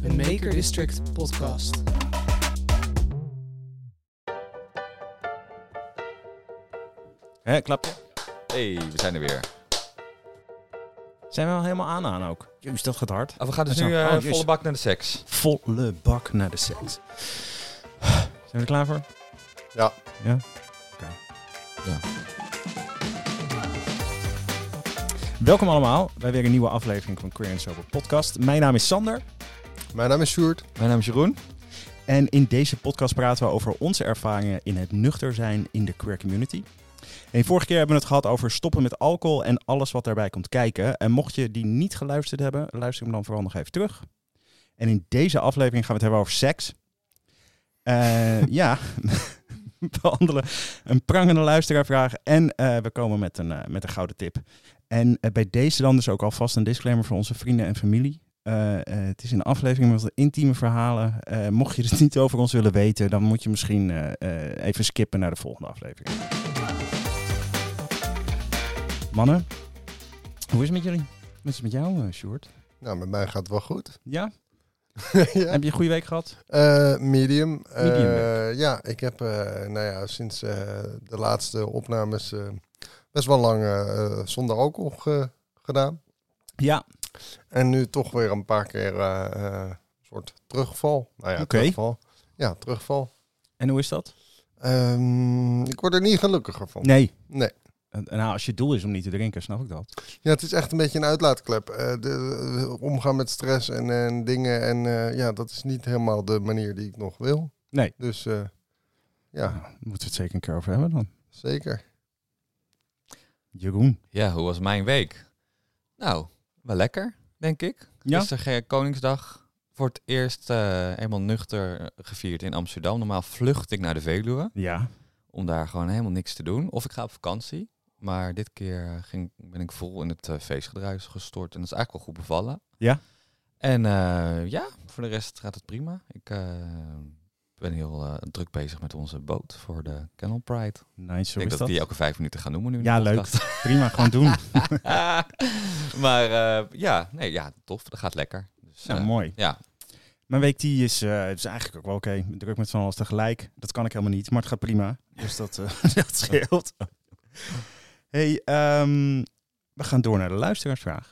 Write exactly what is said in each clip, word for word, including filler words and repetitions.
een Maker District podcast. Hé, klapje. Hey, we zijn er weer. Zijn we al helemaal aan aan ook? Jezus, dat gaat hard. Oh, we gaan dus Zo. nu uh, Oh, jezus. volle bak naar de seks. Volle bak naar de seks. Zijn we er klaar voor? Ja. Ja? Oké. Ja. Welkom allemaal bij weer een nieuwe aflevering van Queer and Sober podcast. Mijn naam is Sander. Mijn naam is Sjoerd. Mijn naam is Jeroen. En in deze podcast praten we over onze ervaringen in het nuchter zijn in de queer community. En vorige keer hebben we het gehad over stoppen met alcohol en alles wat daarbij komt kijken. En mocht je die niet geluisterd hebben, luister hem dan vooral nog even terug. En in deze aflevering gaan we het hebben over seks. Uh, ja, we behandelen een prangende luisteraarvraag en uh, we komen met een, uh, met een gouden tip. En uh, bij deze dan dus ook alvast een disclaimer voor onze vrienden en familie. Uh, uh, het is een aflevering met wat intieme verhalen. Uh, mocht je het niet over ons willen weten, dan moet je misschien uh, uh, even skippen naar de volgende aflevering. Mannen, hoe is het met jullie? Hoe is het met jou, uh, Sjoerd? Nou, met mij gaat het wel goed. Ja? ja. Heb je een goede week gehad? Uh, medium. Medium uh, ja, ik heb uh, nou ja, sinds uh, de laatste opnames uh, best wel lang uh, zonder alcohol ge- gedaan. Ja. En nu toch weer een paar keer uh, uh, een soort terugval. Nou ja, Oké. terugval. Ja, terugval. En hoe is dat? Um, ik word er niet gelukkiger van. Nee. Nee. En, nou, als je doel is om niet te drinken, snap ik dat. Ja, het is echt een beetje een uitlaatklep. Uh, de, de, omgaan met stress en, en dingen. En uh, ja, dat is niet helemaal de manier die ik nog wil. Nee. Dus uh, ja, Nou, moeten we het zeker een keer over hebben dan. zeker. Jeroen. Ja, hoe was mijn week? Nou, wel lekker, denk ik. Ja? Gisteren Koningsdag voor het eerst uh, eenmaal nuchter gevierd in Amsterdam. Normaal vlucht ik naar de Veluwe Ja. om daar gewoon helemaal niks te doen. Of ik ga op vakantie. Maar dit keer ging, ben ik vol in het uh, feestgedruis gestort. En dat is eigenlijk wel goed bevallen. Ja? En uh, ja, voor de rest gaat het prima. Ik uh, ben heel uh, druk bezig met onze boot voor de Canal Pride. Nice, Ik zo denk is dat dat. ik die elke vijf minuten ga noemen nu. in Ja, de leuk. podcast. Prima, gewoon doen. maar uh, ja, nee, ja, tof. Dat gaat lekker. Dus, Nou, uh, mooi. Ja, Mijn week die is, uh, is eigenlijk ook wel oké. Okay. Druk met van alles tegelijk. Dat kan ik helemaal niet, maar het gaat prima. Dus dat, uh, dat scheelt. Hey, um, we gaan door naar de luisteraarsvraag.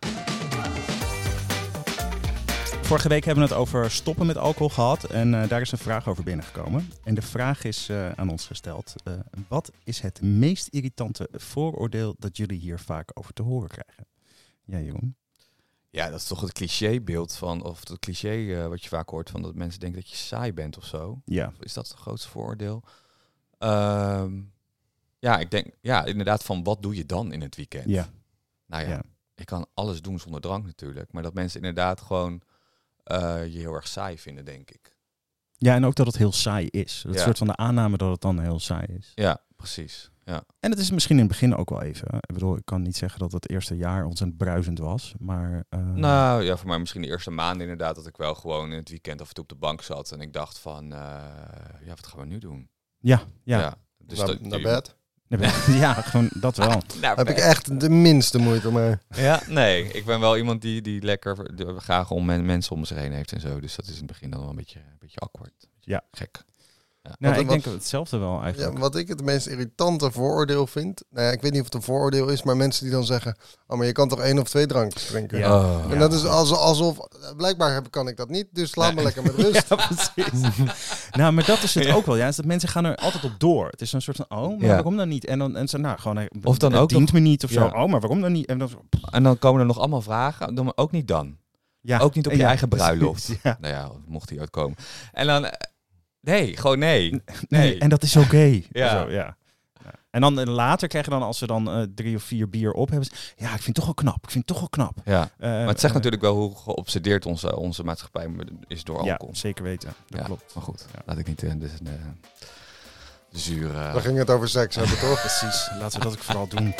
Vorige week hebben we het over stoppen met alcohol gehad. En uh, daar is een vraag over binnengekomen. En de vraag is uh, aan ons gesteld. Uh, wat is het meest irritante vooroordeel dat jullie hier vaak over te horen krijgen? Ja, Jeroen? ja, dat is toch het clichébeeld van, of het cliché uh, wat je vaak hoort van dat mensen denken dat je saai bent of zo. Ja. Is dat het grootste vooroordeel? Um, ja, ik denk, ja, inderdaad van wat doe je dan in het weekend? Ja. Nou ja, Ja. ik kan alles doen zonder drank natuurlijk. Maar dat mensen inderdaad gewoon uh, je heel erg saai vinden, denk ik. Ja, en ook dat het heel saai is. Dat Ja. soort van de aanname dat het dan heel saai is. Ja, precies. Ja. En het is misschien in het begin ook wel even. Ik bedoel, ik kan niet zeggen dat het eerste jaar ontzettend bruisend was, maar... Uh... Nou ja, voor mij misschien de eerste maanden inderdaad dat ik wel gewoon in het weekend af en toe op de bank zat. En ik dacht van, uh, ja, wat gaan we nu doen? Ja, ja. dus naar, dat, naar bed. Ja, gewoon dat wel. Nou, Heb ik echt de minste moeite mee. Ja, nee. Ik ben wel iemand die, die lekker die graag om men, mensen om zich heen heeft en zo. Dus dat is in het begin dan wel een beetje, een beetje awkward. Ja. Gek. Ja. Nou, Wat- ik wat- denk hetzelfde wel eigenlijk. Ja, wat ik het meest irritante vooroordeel vind... Nou ja, ik weet niet of het een vooroordeel is, maar mensen die dan zeggen... Oh, maar je kan toch één of twee drankjes drinken? Ja. Oh. En dat is als, alsof... Blijkbaar heb, kan ik dat niet, dus laat me lekker met rust. Ja, precies. Nou, maar dat is het ook wel. Ja, is dat mensen gaan er altijd op door. Het is een soort van, oh, maar Ja. waarom dan niet? En dan en ze, nou, gewoon, eh, Of dan het ook dient nog- me niet of zo. Ja. Oh, maar waarom dan niet? En dan, En dan komen er nog allemaal vragen. Dan, ook niet dan. ja, Ook niet op je ja, eigen precies, bruiloft. Ja. Nou ja, mocht die uitkomen. En dan... eh, Nee, gewoon nee. Nee, Nee. en dat is oké. Ja. Zo, ja. Ja. En dan eh, later krijg je dan, als ze dan uh, drie of vier bier op hebben, ze, ja, ik vind het toch wel knap. Ik vind het toch wel knap. Ja. Uh, Maar het zegt uh, natuurlijk wel hoe geobsedeerd onze, onze maatschappij is door Ja, alcohol. zeker weten. Dat Ja, klopt. maar goed. Ja. Laat ik niet uh, de, de, de zure... Dan ging het over seks hebben, toch? Precies. Laten we dat ook vooral doen.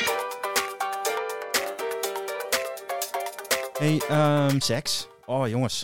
Hey, um, seks. Oh, jongens.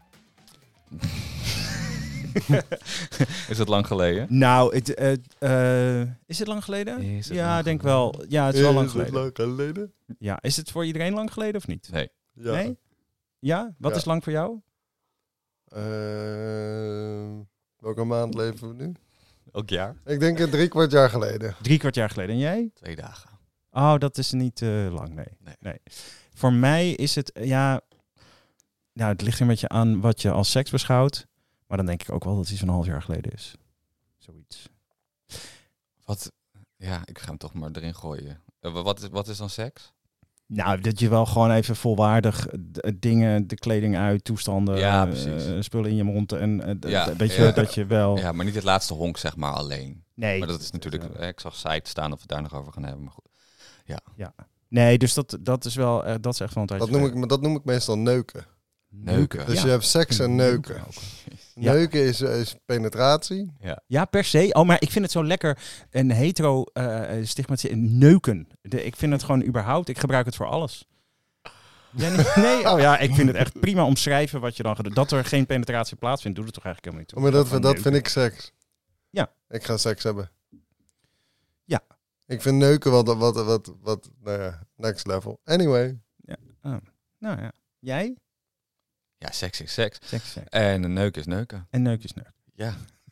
Is het lang geleden? Nou, het, uh, uh, is het lang geleden? Is het ja, lang ik denk geleden? wel. Ja, het is wel lang Is het geleden. lang geleden? Ja, is het voor iedereen lang geleden of niet? Nee. Ja. Nee? Ja? Wat Ja. is lang voor jou? Uh, welke maand leven we nu? Elk jaar? Ik denk een drie kwart jaar geleden. Drie kwart jaar geleden. En jij? Twee dagen. Oh, dat is niet uh, lang, nee. Nee. nee. Voor mij is het, ja... Nou, het ligt een beetje aan wat je als seks beschouwt. Maar dan denk ik ook wel dat het iets van een half jaar geleden is. Zoiets. Wat? Ja, ik ga hem toch maar erin gooien. Uh, wat, is, wat is dan seks? Nou, dat je wel gewoon even volwaardig d- dingen, de kleding uit, toestanden, Ja, precies. Uh, spullen in je mond. En uh, d- ja, weet je, ja. dat je wel... Ja, maar niet het laatste honk, zeg maar, alleen. Nee. Maar dat is natuurlijk... Uh, ik zag site staan of we het daar nog over gaan hebben, maar goed. Ja. ja. Nee, dus dat, dat is wel... Uh, dat is echt wel een tijdje dat noem, ik, dat noem ik meestal neuken. Neuken. Dus ja. je hebt seks en neuken. neuken Ja. Neuken is, is penetratie. Ja. ja, per se. Oh, maar ik vind het zo lekker. Een hetero uh, stigmatische neuken. De, ik vind het gewoon überhaupt... Ik gebruik het voor alles. Ja, nee, nee, oh ja, ik vind het echt prima omschrijven wat je dan gaat doen. Dat er geen penetratie plaatsvindt, doet het toch eigenlijk helemaal niet toe. Maar dat, dat vind ik seks. Ja. Ik ga seks hebben. Ja. Ik vind neuken wat, wat, wat, wat, wat nou ja, next level. Anyway. Ja. Oh. Nou ja. Jij? Ja, seks is seks. Seks, seks. En een neuk is neuken. En neuk is neuk. Ja.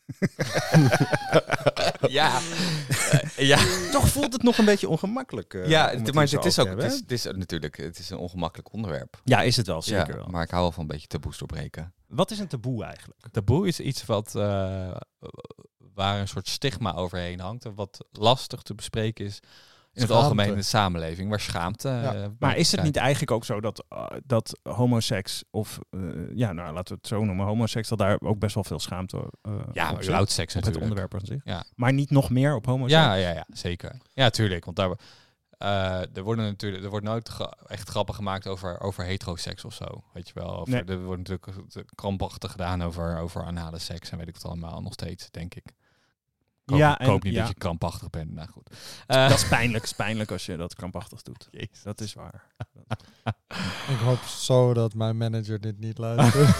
ja. Uh, ja. Toch voelt het nog een beetje ongemakkelijk. Uh, ja, het maar het is ook, hebben, het is, het is natuurlijk, het is een ongemakkelijk onderwerp. Ja, is het wel, zeker ja, wel. Maar ik hou wel van een beetje taboes doorbreken. Wat is een taboe eigenlijk? Taboe is iets wat, uh, waar een soort stigma overheen hangt. En wat lastig te bespreken is in Schaamte. het algemeen in de samenleving. Waar schaamte... Ja. Uh, Maar is het zijn. niet eigenlijk ook zo dat, uh, dat homoseks, of uh, ja, nou laten we het zo noemen, homoseks, dat daar ook best wel veel schaamte uh, Ja, op maar zit? überhaupt seks Op het natuurlijk. onderwerp aan zich. Ja. Maar niet nog meer op homoseks? Ja, ja, ja, zeker. Ja, tuurlijk. Want daar, uh, er, worden natuurlijk, er wordt nooit gra- echt grappen gemaakt over, over heteroseks of zo. Weet je wel. Over, Nee. Er wordt natuurlijk krampachtig gedaan over, over anale seks en weet ik het allemaal nog steeds, denk ik. Ik hoop, Ja, ik hoop en- niet ja. dat je krampachtig bent. Nou goed. Uh, Dat is pijnlijk, is pijnlijk als je dat krampachtig doet. Jezus. Dat is waar. Ik hoop zo dat mijn manager dit niet luistert.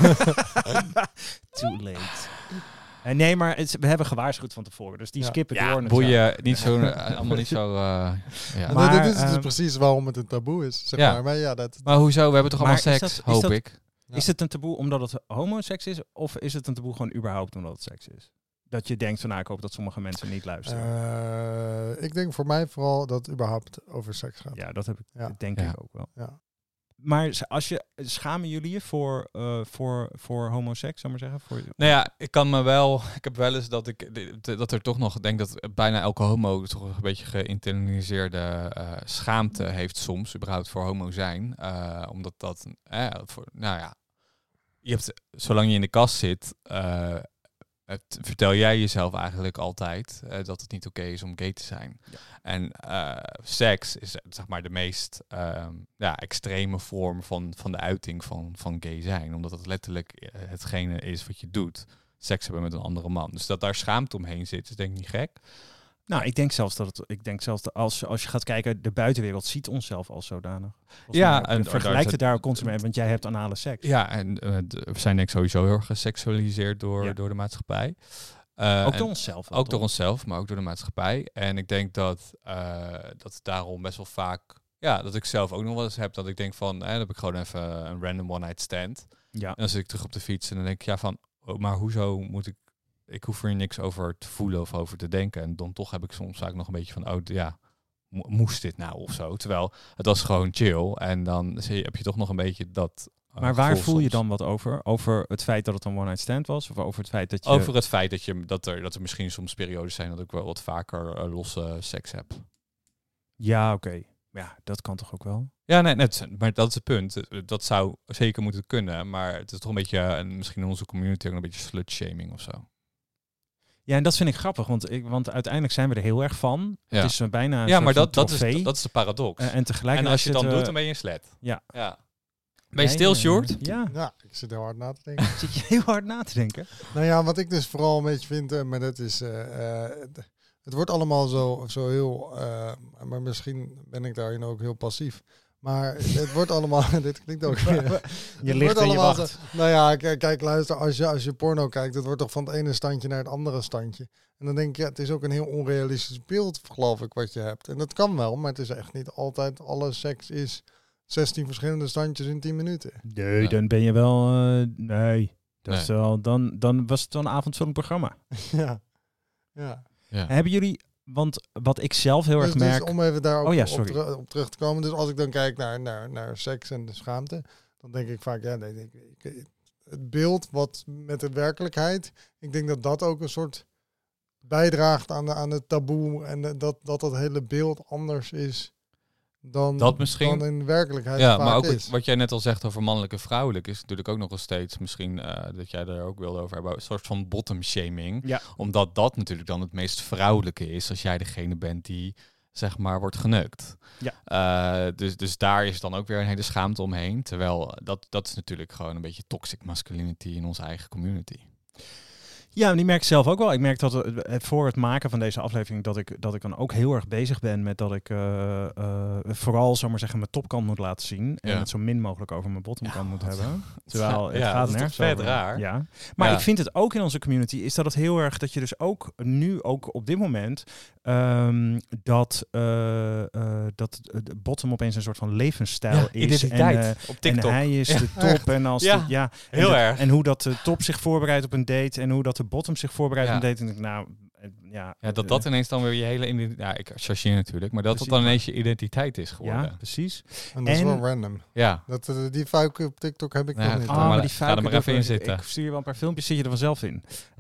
Too late. Uh, nee, maar het, we hebben gewaarschuwd van tevoren, dus die Ja. skippen ja, door. het boeien, niet zo, uh, allemaal niet zo... Uh, ja. Maar, Maar, dit is dus ehm, precies waarom het een taboe is. Zeg Ja. maar. Maar ja, dat, Maar hoezo? We hebben toch allemaal Maar is seks, dat- is hoop dat- ik. Ja. Is het een taboe omdat het homoseks is, of is het een taboe gewoon überhaupt omdat het seks is? Dat je denkt van, nou, ik hoop dat sommige mensen niet luisteren. Uh, ik denk voor mij vooral dat het überhaupt over seks gaat. Ja, dat heb ik, Ja. denk Ja. ik ook wel. Ja. Maar als je, schamen jullie je voor, uh, voor, voor homoseks, zou ik maar zeggen? Voor, Nou ja, ik kan me wel... Ik heb wel eens dat ik... Dat er toch nog... Ik denk dat bijna elke homo toch een beetje geïnternaliseerde uh, schaamte heeft soms. Überhaupt voor homo zijn. Uh, omdat dat... Eh, voor, nou ja... Je hebt... Zolang je in de kast zit... Uh, Het, vertel jij jezelf eigenlijk altijd uh, dat het niet oké is om gay te zijn. Ja. En uh, seks is zeg maar de meest uh, ja, extreme vorm van, van de uiting van, van gay zijn. Omdat het letterlijk uh, hetgene is wat je doet. Seks hebben met een andere man. Dus dat daar schaamte omheen zit, is denk ik niet gek. Nou, ik denk zelfs dat het, ik denk zelfs dat als, als je gaat kijken, de buitenwereld ziet onszelf als zodanig. Volgens Ja, mij, en en vergelijkt daar- het daar ook constant mee, want jij hebt anale seks. Ja, en uh, d- we zijn denk ik sowieso heel erg geseksualiseerd door, Ja. door de maatschappij. Uh, ook en- door onszelf. wel, Ook door toch? onszelf, maar ook door de maatschappij. En ik denk dat, uh, dat het daarom best wel vaak... Ja, dat ik zelf ook nog wel eens heb dat ik denk van... Eh, dan heb ik gewoon even een random one-night stand. Ja. En dan zit ik terug op de fiets en dan denk ik... Ja, van, oh, maar hoezo moet ik... Ik hoef er niks over te voelen of over te denken. En dan toch heb ik soms vaak nog een beetje van... Oh, d- ja, mo- moest dit nou of zo? Terwijl het was gewoon chill. En dan zie je, heb je toch nog een beetje dat... uh, Maar waar gevoel voel je soms. dan wat over? Over het feit dat het een one-night stand was? Of over het feit dat je... Over het feit dat, je, dat, er, dat er misschien soms periodes zijn dat ik wel wat vaker uh, losse seks heb. Ja, oké. Okay. Ja, dat kan toch ook wel? Ja, nee, net, maar dat is het punt. Dat zou zeker moeten kunnen, maar het is toch een beetje, en misschien in onze community ook een beetje slut-shaming of zo. Ja, en dat vind ik grappig, want, ik, want uiteindelijk zijn we er heel erg van. Ja. Het is uh, bijna een Ja, soort maar van dat, dat, trofee. is, dat is de paradox. Uh, en tegelijk en als je het dan uh, doet, dan ben je een slet. Ja. ja. Ben je stil, Nee, Sjoerd? uh, Ja. Ja, ik zit heel hard na te denken. Zit je heel hard na te denken? Nou ja, wat ik dus vooral een beetje vind, uh, maar dat is... Uh, uh, d- het wordt allemaal zo, zo heel... Uh, maar misschien ben ik daarin ook heel passief. Maar het wordt allemaal... dit klinkt ook weer... Je het ligt wordt en je allemaal wacht. zo- nou ja, k- kijk, luister. Als je, als je porno kijkt, het wordt toch van het ene standje naar het andere standje. En dan denk ik, ja, het is ook een heel onrealistisch beeld, geloof ik, wat je hebt. En dat kan wel, maar het is echt niet altijd... Alle seks is zestien verschillende standjes in tien minuten. Nee, Ja. dan ben je wel... Uh, nee. Dat Nee. is wel, dan, dan was het wel een avondvullend programma. ja. ja. Ja. Hebben jullie, want wat ik zelf heel Dus, erg dus merk... om even daar ook Oh ja, op, sorry. teru- op terug te komen. Dus als ik dan kijk naar, naar, naar seks en de schaamte, dan denk ik vaak, ja, nee, ik, ik, het beeld wat met de werkelijkheid, ik denk dat dat ook een soort bijdraagt aan, de, aan het taboe en de- dat, dat dat hele beeld anders is dan, Dat misschien. dan in de werkelijkheid Ja, vaak maar ook is. wat, wat jij net al zegt over mannelijk en vrouwelijk is natuurlijk ook nog wel steeds misschien eh, dat jij er ook wilde over hebben, een soort van bottom shaming. Ja. Omdat dat natuurlijk dan het meest vrouwelijke is als jij degene bent die zeg maar wordt geneukt. Ja. Eh, dus, dus daar is dan ook weer een hele schaamte omheen. Terwijl dat, dat is natuurlijk gewoon een beetje toxic masculinity in onze eigen community. Ja, die merk ik zelf ook wel. Ik merk dat uh, voor het maken van deze aflevering dat ik, dat ik dan ook heel erg bezig ben met dat ik uh, uh, vooral, zal maar zeggen, mijn topkant moet laten zien. En Ja. het zo min mogelijk over mijn bottomkant Ja, moet wat- hebben. Terwijl het Ja, gaat dat is toch nergens vet over. raar? Ja. Maar Ja. ik vind het ook in onze community is dat het heel erg dat je dus ook nu, ook op dit moment, um, dat, uh, uh, dat de bottom opeens een soort van levensstijl Ja, is. identiteit En, uh, op TikTok. En hij is Ja. de top. En als Ja, de, ja, en heel de- erg. En hoe dat de top zich voorbereidt op een date en hoe dat de bottom zich voorbereidt Ja. op een date. En ik, nou, eh, ja, Ja, dat dat ineens dan weer je hele identiteit... Ja, ik chargeer natuurlijk, maar dat dat Precies, dan maar- ineens je identiteit is geworden. ja, Ja. precies. En dat is en- wel random. ja. Dat, uh, die fuik op TikTok heb ik Ja, nog niet. ga Ah, maar- maar die ga er maar fuiken, even in dat- zitten. Ik stuur je wel een paar filmpjes, zit je er vanzelf in.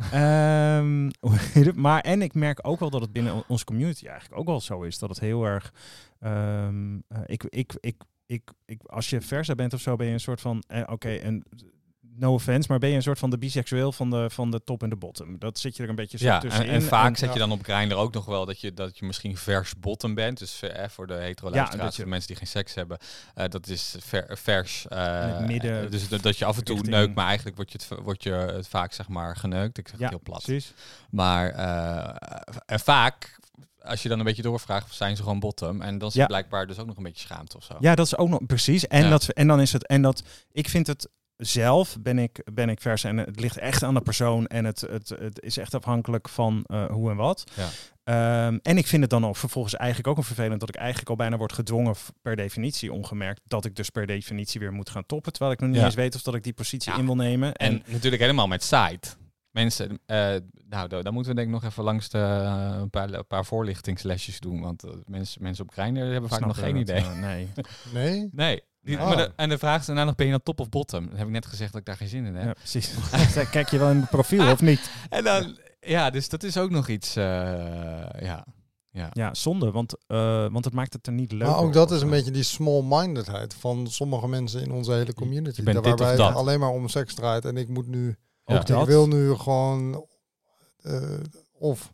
Ehm, hoe heet het? Maar en ik merk ook wel dat het binnen onze community eigenlijk ook wel zo is. Dat het heel erg... ehm, eh, ik, ik, ik, ik, ik, als je versa bent of zo, ben je een soort van... Eh, Oké, en no offense, maar ben je een soort van de biseksueel van de, van de top en de bottom. Dat zit je er een beetje zo Ja, en, tussenin. en vaak En- zet je dan op Grindr ook nog wel dat je, dat je misschien vers bottom bent. Dus eh, voor de hetero Ja, luisteraars, dat je- voor de mensen die geen seks hebben. eh, dat is ver, vers. eh, In het midden, dus dat, dat je af en toe richting- neukt, maar eigenlijk word je het, word je het vaak zeg maar geneukt. Ik zeg Ja, het heel plat. precies. Maar eh, en vaak, als je dan een beetje doorvraagt, zijn ze gewoon bottom. En dan is Ja. het blijkbaar dus ook nog een beetje schaamte of zo. Ja, dat is ook nog precies. En, Ja. dat, en dan is het, en dat, ik vind het zelf, ben ik, ben ik vers en het ligt echt aan de persoon en het, het, het is echt afhankelijk van uh, hoe en wat. Ja. Um, en ik vind het dan ook vervolgens eigenlijk ook een vervelend dat ik eigenlijk al bijna word gedwongen per definitie ongemerkt dat ik dus per definitie weer moet gaan toppen, terwijl ik nog niet Ja. eens weet of dat ik die positie Ja. in wil nemen. En, En, natuurlijk helemaal met site. Mensen, eh, nou, daar moeten we denk ik nog even langs de, uh, een, paar, een paar voorlichtingslesjes doen. Want uh, mensen, mensen op Grindr hebben vaak nog geen idee. Uh, nee. Nee? Nee. Die, Oh. maar de, en de vraag is daarna nog, ben je dan top of bottom? Dan heb ik net gezegd dat ik daar geen zin in heb. Ja, precies. Kijk je wel in het profiel of niet? En dan, ja, dus dat is ook nog iets, uh, ja. Ja. Ja, zonde, want, uh, want het maakt het er niet leuk. Maar ook dat is een beetje die small-mindedheid van sommige mensen in onze hele community. Je bent Daar dit of waarbij dat. het alleen maar om seks draait en ik moet nu... Ja. Ook Ik dat. wil nu gewoon uh, of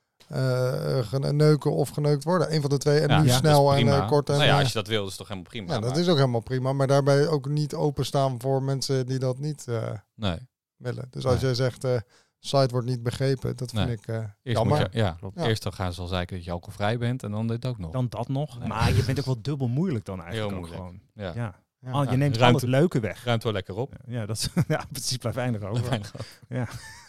uh, geneuken of geneukt worden. Een van de twee. En Ja, nu ja, snel dat is en prima. uh, kort. En, nou ja, uh, als je dat wil, is toch helemaal prima. ja, dat maar- is ook helemaal prima. Maar daarbij ook niet openstaan voor mensen die dat niet uh, Nee. willen. Dus als Nee. jij zegt, uh, site wordt niet begrepen, dat vind Nee. ik uh, Eerst jammer. moet je, ja, Klopt. Ja. Eerst dan gaan ze al zeiken dat je alcoholvrij bent en dan dit ook nog. Dan dat nog. Nee. Maar je bent ook wel dubbel moeilijk dan eigenlijk Heel ook moeilijk. gewoon. Ja. Ja. Ja. Al, je Ja, neemt al ruimte- het leuke weg. Ruimt wel lekker op. Ja, dat is, ja, precies, blijft eindigen over. Ja.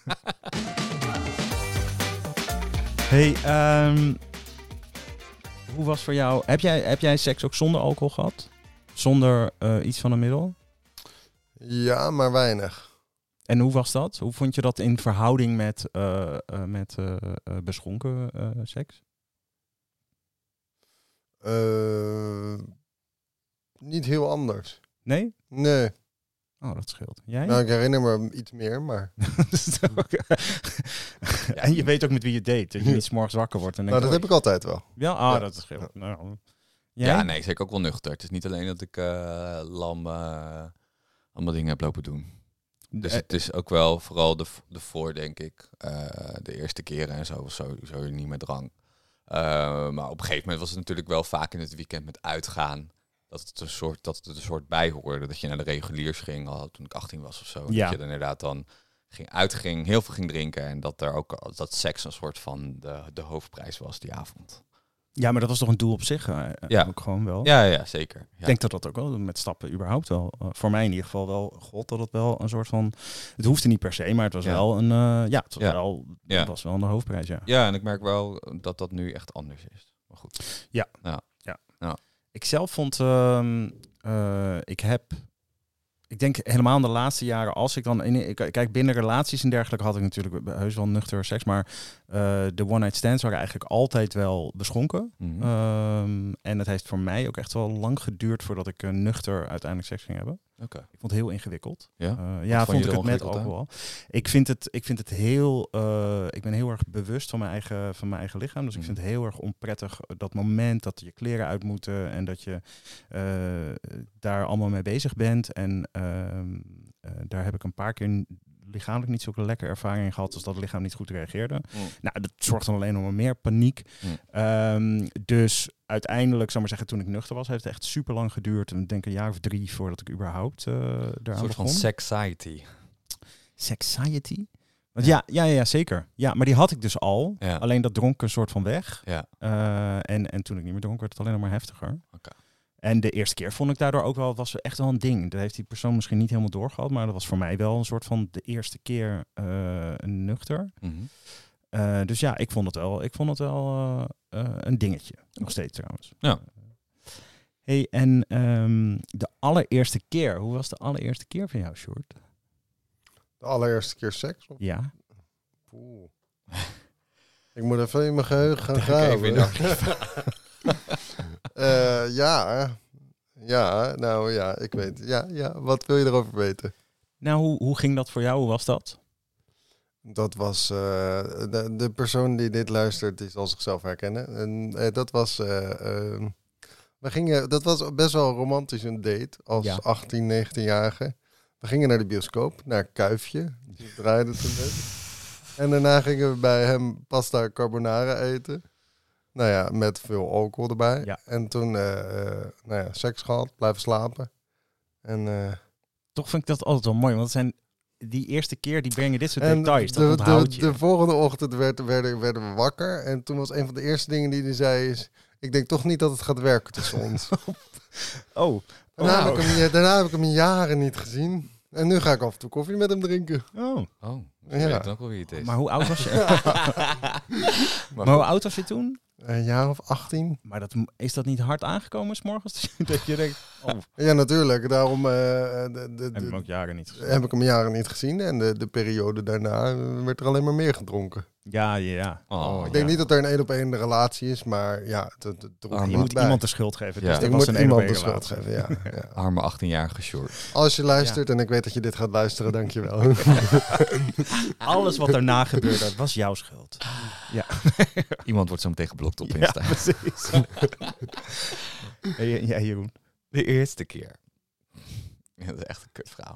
Hey, um, hoe was voor jou? Heb jij, heb jij seks ook zonder alcohol gehad? Zonder uh, iets van een middel? Ja, maar weinig. En hoe was dat? Hoe vond je dat in verhouding met, uh, uh, met uh, uh, beschonken uh, seks? Uh, niet heel anders. Nee? Nee. Oh, dat scheelt. Jij? Nou, ik herinner me iets meer, maar... En je weet ook met wie je date. Dat je niet 's morgens wakker wordt en denkt... Nou, dat heb ik altijd wel. Ja, ah, Ja. dat scheelt. Ja. Nou, jij? Ja, nee, zeker ook wel nuchter. Het is niet alleen dat ik uh, lam uh, allemaal dingen heb lopen doen. Dus Eh, het is ook wel vooral de, de voor, denk ik. Uh, de eerste keren en zo, sowieso niet met drang. Uh, maar op een gegeven moment was het natuurlijk wel vaak in het weekend met uitgaan. Dat het een soort, dat het er een soort bij hoorde. Dat je naar de reguliers ging, al toen ik achttien was of zo. Ja. Dat je dan inderdaad dan ging uitging, heel veel ging drinken. En dat er ook dat seks een soort van de, de hoofdprijs was die avond. Ja, maar dat was toch een doel op zich? Uh, Ja. Ook gewoon wel. Ja, ja, zeker. Ja. Ik denk dat dat ook wel met stappen überhaupt wel, uh, voor mij in ieder geval wel, god dat het wel een soort van, het hoefde niet per se, maar het was Ja. wel een, uh, ja, het was, Ja. Wel, Ja. het was wel een hoofdprijs, ja. Ja, en ik merk wel dat dat nu echt anders is. Maar goed. Ja. Ja. ja. Ja. Ik zelf vond, um, uh, ik heb ik denk helemaal in de laatste jaren, als ik dan... In, ik, kijk, binnen relaties en dergelijke had ik natuurlijk heus wel nuchter seks. Maar uh, de one-night stands waren eigenlijk altijd wel beschonken. Mm-hmm. Um, en het heeft voor mij ook echt wel lang geduurd voordat ik uh, nuchter uiteindelijk seks ging hebben. Okay. Ik vond het heel ingewikkeld. Ja, uh, ja vond, vond ik het met alcohol. Ik vind het, ik vind het heel... Uh, ik ben heel erg bewust van mijn eigen, van mijn eigen lichaam. Dus mm. ik vind het heel erg onprettig dat moment dat je kleren uit moeten en dat je uh, daar allemaal mee bezig bent. En uh, uh, daar heb ik een paar keer lichamelijk niet zulke lekkere ervaring in gehad als dat het lichaam niet goed reageerde. Mm. Nou, dat zorgt dan alleen nog meer paniek. Mm. Um, dus uiteindelijk, zou maar zeggen, toen ik nuchter was, heeft het echt super lang geduurd. En ik denk een jaar of drie voordat ik überhaupt uh, eraan begon. Een soort van sexciety. Sexciety? Want ja. Ja, ja, ja, zeker. Ja, maar die had ik dus al. Ja. Alleen dat dronk een soort van weg. Ja. Uh, en, en toen ik niet meer dronk, werd het alleen nog maar heftiger. Okay. En de eerste keer vond ik daardoor ook wel, was echt wel een ding. Dat heeft die persoon misschien niet helemaal doorgehad, maar dat was voor mij wel een soort van de eerste keer uh, nuchter. Mm-hmm. Uh, dus ja, ik vond het wel, ik vond het wel uh, uh, een dingetje. Nog steeds trouwens. Ja. Hey, en um, de allereerste keer, hoe was de allereerste keer van jou, Sjoerd? De allereerste keer seks? Of? Ja. Oeh. Ik moet even in mijn geheugen gaan graven. uh, ja, ja, nou ja, ik weet. Ja, ja, wat wil je erover weten? Nou, hoe, hoe ging dat voor jou? Hoe was dat? Dat was, uh, de, de persoon die dit luistert, die zal zichzelf herkennen. En uh, dat was, uh, uh, we gingen, dat was best wel romantisch een date als ja. achttien, negentien-jarige. We gingen naar de bioscoop, naar Kuifje. Die draaide toen net. En daarna gingen we bij hem pasta carbonara eten. Nou ja, met veel alcohol erbij. Ja. En toen, uh, uh, nou ja, seks gehad, blijven slapen. En uh, toch vind ik dat altijd wel mooi, want het zijn die eerste keer die brengen dit soort details. Dat de, onthoud de, je. De volgende ochtend werd, werden, werden we wakker. En toen was een van de eerste dingen die hij zei is, ik denk toch niet dat het gaat werken tussen ons. oh. Daarna, wow. heb ik hem, daarna heb ik hem jaren niet gezien. En nu ga ik af en toe koffie met hem drinken. Oh. Oh, ja. Ik weet ook wel wie het is. Maar hoe oud was je? maar hoe oud was je toen? Een jaar of achttien. Maar dat, is dat niet hard aangekomen 's morgens? Dat je denkt, oh. Ja, natuurlijk. Daarom uh, de, de, de, heb ik hem ook jaren niet gezien. Heb ik hem jaren niet gezien. En de, de periode daarna werd er alleen maar meer gedronken. Ja, ja, ja. Oh, ik ja. denk niet dat er een één op één relatie is, maar ja, het, het, het je moet bij. iemand de schuld geven. Ja. Dus je moet een iemand de schuld geven, ja. ja. Arme achttienjarige Sjoerd. Als je luistert, ja. En ik weet dat je dit gaat luisteren, dankjewel. Alles wat daarna gebeurde, was jouw schuld. Ja. Iemand wordt zo meteen geblokt op Insta. Ja, precies. hey, ja, Jeroen. De eerste keer. Ja, dat is echt een kut verhaal.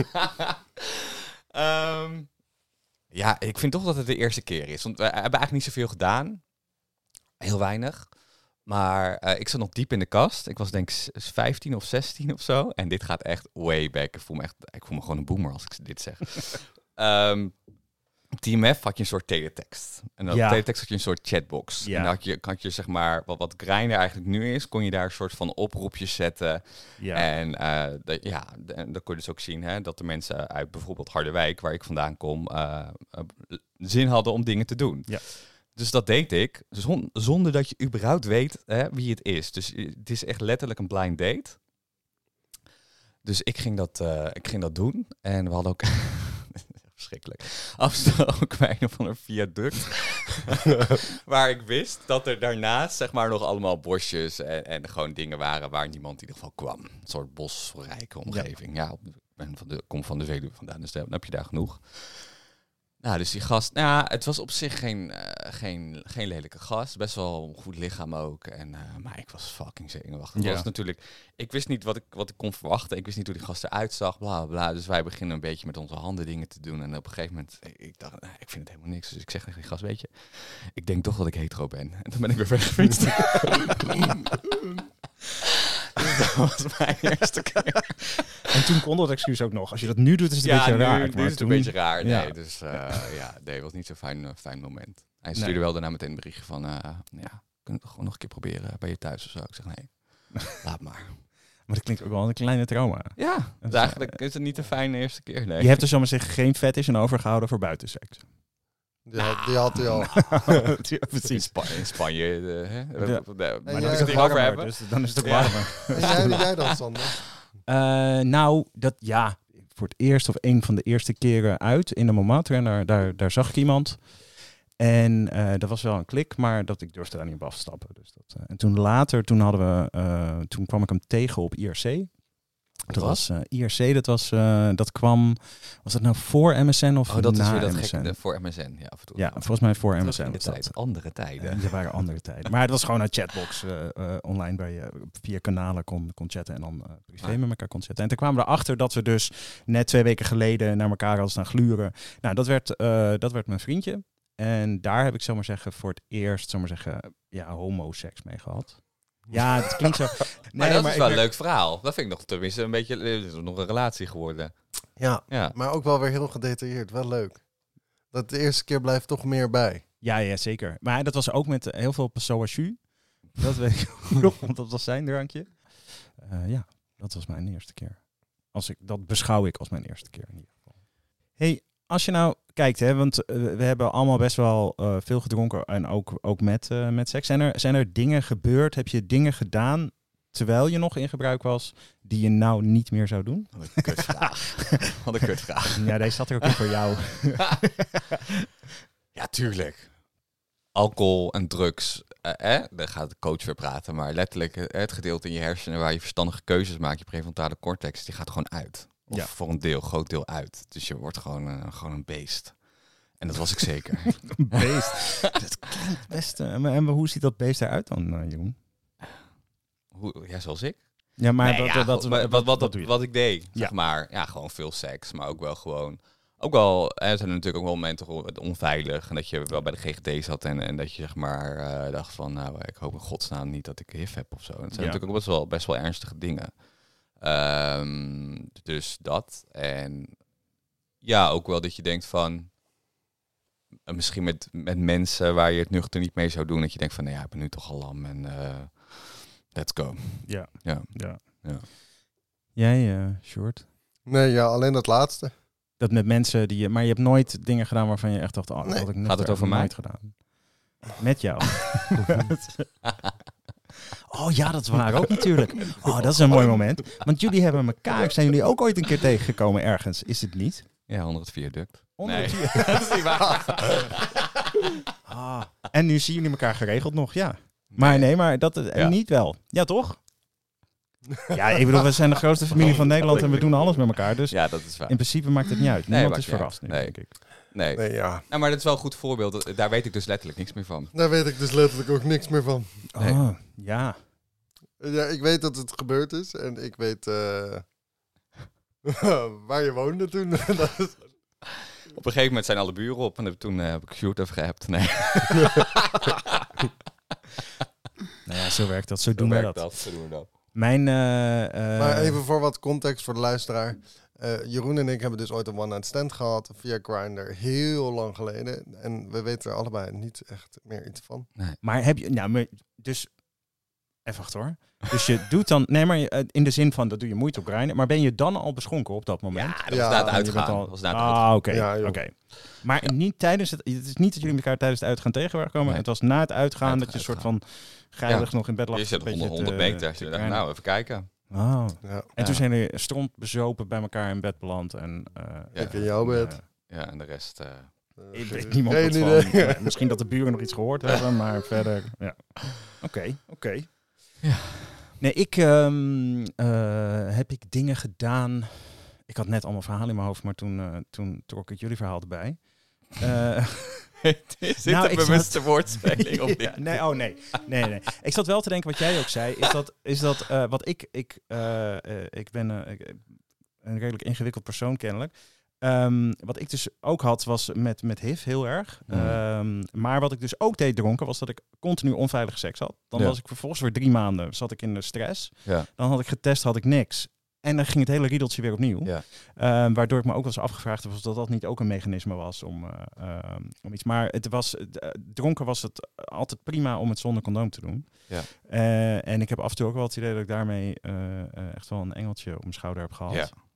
um, ja, ik vind toch dat het de eerste keer is. Want we hebben eigenlijk niet zoveel gedaan. Heel weinig. Maar uh, ik zat nog diep in de kast. Ik was denk ik vijftien of zestien of zo. En dit gaat echt way back. Ik voel me, echt, ik voel me gewoon een boomer als ik dit zeg. um, Op T M F had je een soort teletext. En op ja. teletext had je een soort chatbox. Ja. En dan had je, had je zeg maar, wat, wat Grindr eigenlijk nu is, kon je daar een soort van oproepjes zetten. Ja. En uh, de, ja, de, en dan kon je dus ook zien hè, dat de mensen uit bijvoorbeeld Harderwijk, waar ik vandaan kom, uh, uh, zin hadden om dingen te doen. Ja. Dus dat deed ik, zon, zonder dat je überhaupt weet hè, wie het is. Dus het is echt letterlijk een blind date. Dus ik ging dat, uh, ik ging dat doen. En we hadden ook... verschrikkelijk. Afgesproken bij een of ander viaduct. Waar ik wist dat er daarnaast zeg maar nog allemaal bosjes en, en gewoon dingen waren waar niemand in ieder geval kwam. Een soort bosrijke omgeving. Ja, ja ik ben van de, kom van de Veluwe vandaan, dus dan heb je daar genoeg. Nou, dus die gast, nou, het was op zich geen, uh, geen, geen lelijke gast. Best wel een goed lichaam ook. En, uh, maar ik was fucking zenuwachtig. Ja. Was natuurlijk, ik wist niet wat ik, wat ik kon verwachten. Ik wist niet hoe die gast eruit zag, bla bla. Dus wij beginnen een beetje met onze handen dingen te doen. En op een gegeven moment, ik dacht, nou, ik vind het helemaal niks. Dus ik zeg tegen die gast, weet je, ik denk toch dat ik hetero ben. En toen ben ik weer weggefietst. Dat was mijn eerste keer. En toen kon dat excuus ook nog. Als je dat nu doet, is het ja, een beetje nu, raar. Nu maar is het toen... een beetje raar. Nee, ja. dus uh, ja, nee, het was niet zo'n fijn, uh, fijn moment. Hij stuurde nee. wel daarna meteen een berichtje van, uh, ja, kunnen we gewoon nog een keer proberen bij je thuis of zo. Ik zeg, nee, laat maar. Maar dat klinkt ook wel een kleine trauma. Ja, dus eigenlijk is het niet een fijne eerste keer. Nee. Je hebt dus zomaar zich geen fetish en overgehouden voor buitenseks. Die had, die had hij al. ja, precies. In, Spa- in Spanje. Uh, hè? Ja. De, de, maar dan is het warmer, hebben. Dus dan is het ook ja. warmer. En jij, jij dan, Sander? Uh, nou, dat ja, voor het eerst of een van de eerste keren uit in de Montmartre. En daar, daar, daar zag ik iemand. En uh, dat was wel een klik, maar dat ik durfde daar niet op af te stappen. Dus dat, uh, en toen later, toen hadden we, uh, toen kwam ik hem tegen op I R C. Dat was uh, I R C, dat was, uh, dat kwam, was dat nou voor M S N of oh, dat na is weer dat M S N? gekke voor M S N. Ja, af en toe. Ja, volgens mij voor M S N. In de tijd, dat. andere tijden. Uh, er waren andere tijden. Maar het was gewoon een chatbox uh, uh, online waar je via kanalen kon, kon chatten en dan uh, privé ah. met elkaar kon chatten. En toen kwamen we erachter dat we dus net twee weken geleden naar elkaar hadden staan gluren. Nou, dat werd, uh, dat werd mijn vriendje. En daar heb ik, zomaar zeggen, voor het eerst, zomaar zeggen, ja, homoseks mee gehad. Ja, het klinkt zo. Nee, maar dat maar is wel ik een leuk verhaal. Dat vind ik nog tenminste een beetje, het is nog een relatie geworden. Ja, ja, maar ook wel weer heel gedetailleerd. Wel leuk. Dat de eerste keer blijft toch meer bij. Ja, ja, zeker. Maar dat was ook met heel veel Passoa jus. Dat weet ik nog, want dat was zijn drankje. Uh, ja, dat was mijn eerste keer. Als ik, dat beschouw ik als mijn eerste keer in ieder geval. Hey, als je nou kijkt, hè, want uh, we hebben allemaal best wel uh, veel gedronken en ook, ook met, uh, met seks. Zijn er, zijn er dingen gebeurd? Heb je dingen gedaan terwijl je nog in gebruik was die je nou niet meer zou doen? Wat een kutvraag. Wat een kutvraag. Ja, deze zat er ook in voor jou. Ja, tuurlijk. Alcohol en drugs, uh, eh, daar gaat de coach weer praten, maar letterlijk uh, het gedeelte in je hersenen waar je verstandige keuzes maakt, je prefrontale cortex, die gaat gewoon uit. Of ja. voor een deel, groot deel uit. Dus je wordt gewoon, uh, gewoon een beest. En dat was ik zeker. Een beest? Dat klinkt best... Uh, en hoe ziet dat beest eruit dan, uh, Jeroen? Hoe, ja, zoals ik. Ja, maar, nee, dat, ja, dat, dat, wat, dat, wat, wat, wat doe je? wat ik deed, zeg ja. maar. Ja, gewoon veel seks, maar ook wel gewoon... Ook wel, er zijn natuurlijk ook wel momenten onveilig. En dat je wel bij de G G D zat en, en dat je zeg maar uh, dacht van... Nou, ik hoop in godsnaam niet dat ik H I V heb of zo. En dat zijn ja. natuurlijk ook best wel, best wel ernstige dingen. Um, dus dat. En ja, ook wel dat je denkt van... Misschien met, met mensen waar je het nuchter niet mee zou doen. Dat je denkt van, nou ja, ik ben nu toch al lam en uh, let's go. Ja. Ja. ja. ja. Jij, uh, Short? Nee, ja, alleen dat laatste. Dat met mensen die je... Maar je hebt nooit dingen gedaan waarvan je echt dacht... Oh, nee. had ik Gaat het over mij? gedaan. Met jou. Oh ja, dat is waar ook natuurlijk. Oh, dat is een mooi moment. Want jullie hebben elkaar... Zijn jullie ook ooit een keer tegengekomen ergens? Is het niet? Ja, onder het viaduct. Onder nee. het viaduct. Dat is niet waar. Ah, en nu zien jullie elkaar geregeld nog, ja. Maar nee, maar dat ja. niet wel. Ja, toch? Ja, ik bedoel, we zijn de grootste familie van Nederland en we doen alles met elkaar. Dus ja, dat is waar. In principe maakt het niet uit. Nee, Niemand is verrast nu, nee. denk ik. Nee, nee ja. Nou, maar dat is wel een goed voorbeeld. Daar weet ik dus letterlijk niks meer van. Daar weet ik dus letterlijk ook niks meer van. Nee. Oh, ja. Ja, ik weet dat het gebeurd is en ik weet uh, waar je woonde toen. Dat is... Op een gegeven moment zijn alle buren op en toen uh, heb ik Sjoerd even gehept. Nee. Nou ja, zo werkt dat. Zo, zo doen we dat. dat. Zo doen we dat. Mijn, uh, uh... Maar even voor wat context voor de luisteraar. Uh, Jeroen en ik hebben dus ooit een one-night stand gehad via Grindr, heel lang geleden. En we weten er allebei niet echt meer iets van. Nee. Maar heb je, nou, maar dus, even wachten hoor. Dus je doet dan, nee maar in de zin van, dat doe je moeite op Grindr. Maar ben je dan al beschonken op dat moment? Ja, dat was na het uitgaan. Al... Dat was na het ah, uitgaan. oké. Okay. Ja, okay. Maar ja. niet tijdens het, het is niet dat jullie elkaar tijdens het uitgaan tegenkomen. Nee. Het was na het uitgaan dat je een soort van geilig ja. nog in bed lag. Je zit honderd, honderd meter. Je dacht, nou, even kijken. Oh. Ja. En ja. toen zijn jullie stront bezopen bij elkaar in bed beland. En, uh, ja. Ik in jouw bed. Uh, ja, en de rest... Uh, ik weet niemand wat van. Ja, misschien dat de buren nog iets gehoord hebben, maar verder... Ja. Oké, okay, oké. Okay. Ja. Nee, ik um, uh, heb ik dingen gedaan... Ik had net allemaal verhalen in mijn hoofd, maar toen, uh, toen trok ik jullie verhaal erbij. Uh, is dit nou, een bewuste zat... woordspeling of niet? Ja, nee, oh nee. nee, nee. Ik zat wel te denken wat jij ook zei. Is dat, is dat uh, wat ik... Ik, uh, uh, ik ben uh, ik, een redelijk ingewikkeld persoon kennelijk. Um, wat ik dus ook had, was met, met H I V heel erg. Mm. Um, maar wat ik dus ook deed dronken, was dat ik continu onveilige seks had. Dan ja. was ik vervolgens voor drie maanden, zat ik in de stress. Ja. Dan had ik getest, had ik niks. En dan ging het hele riedeltje weer opnieuw. Ja. Uh, waardoor ik me ook wel eens afgevraagd heb of dat dat niet ook een mechanisme was om, uh, uh, om iets. Maar het was, uh, dronken was het altijd prima om het zonder condoom te doen. Ja. Uh, en ik heb af en toe ook wel het idee dat ik daarmee uh, uh, echt wel een engeltje op mijn schouder heb gehad. Ja.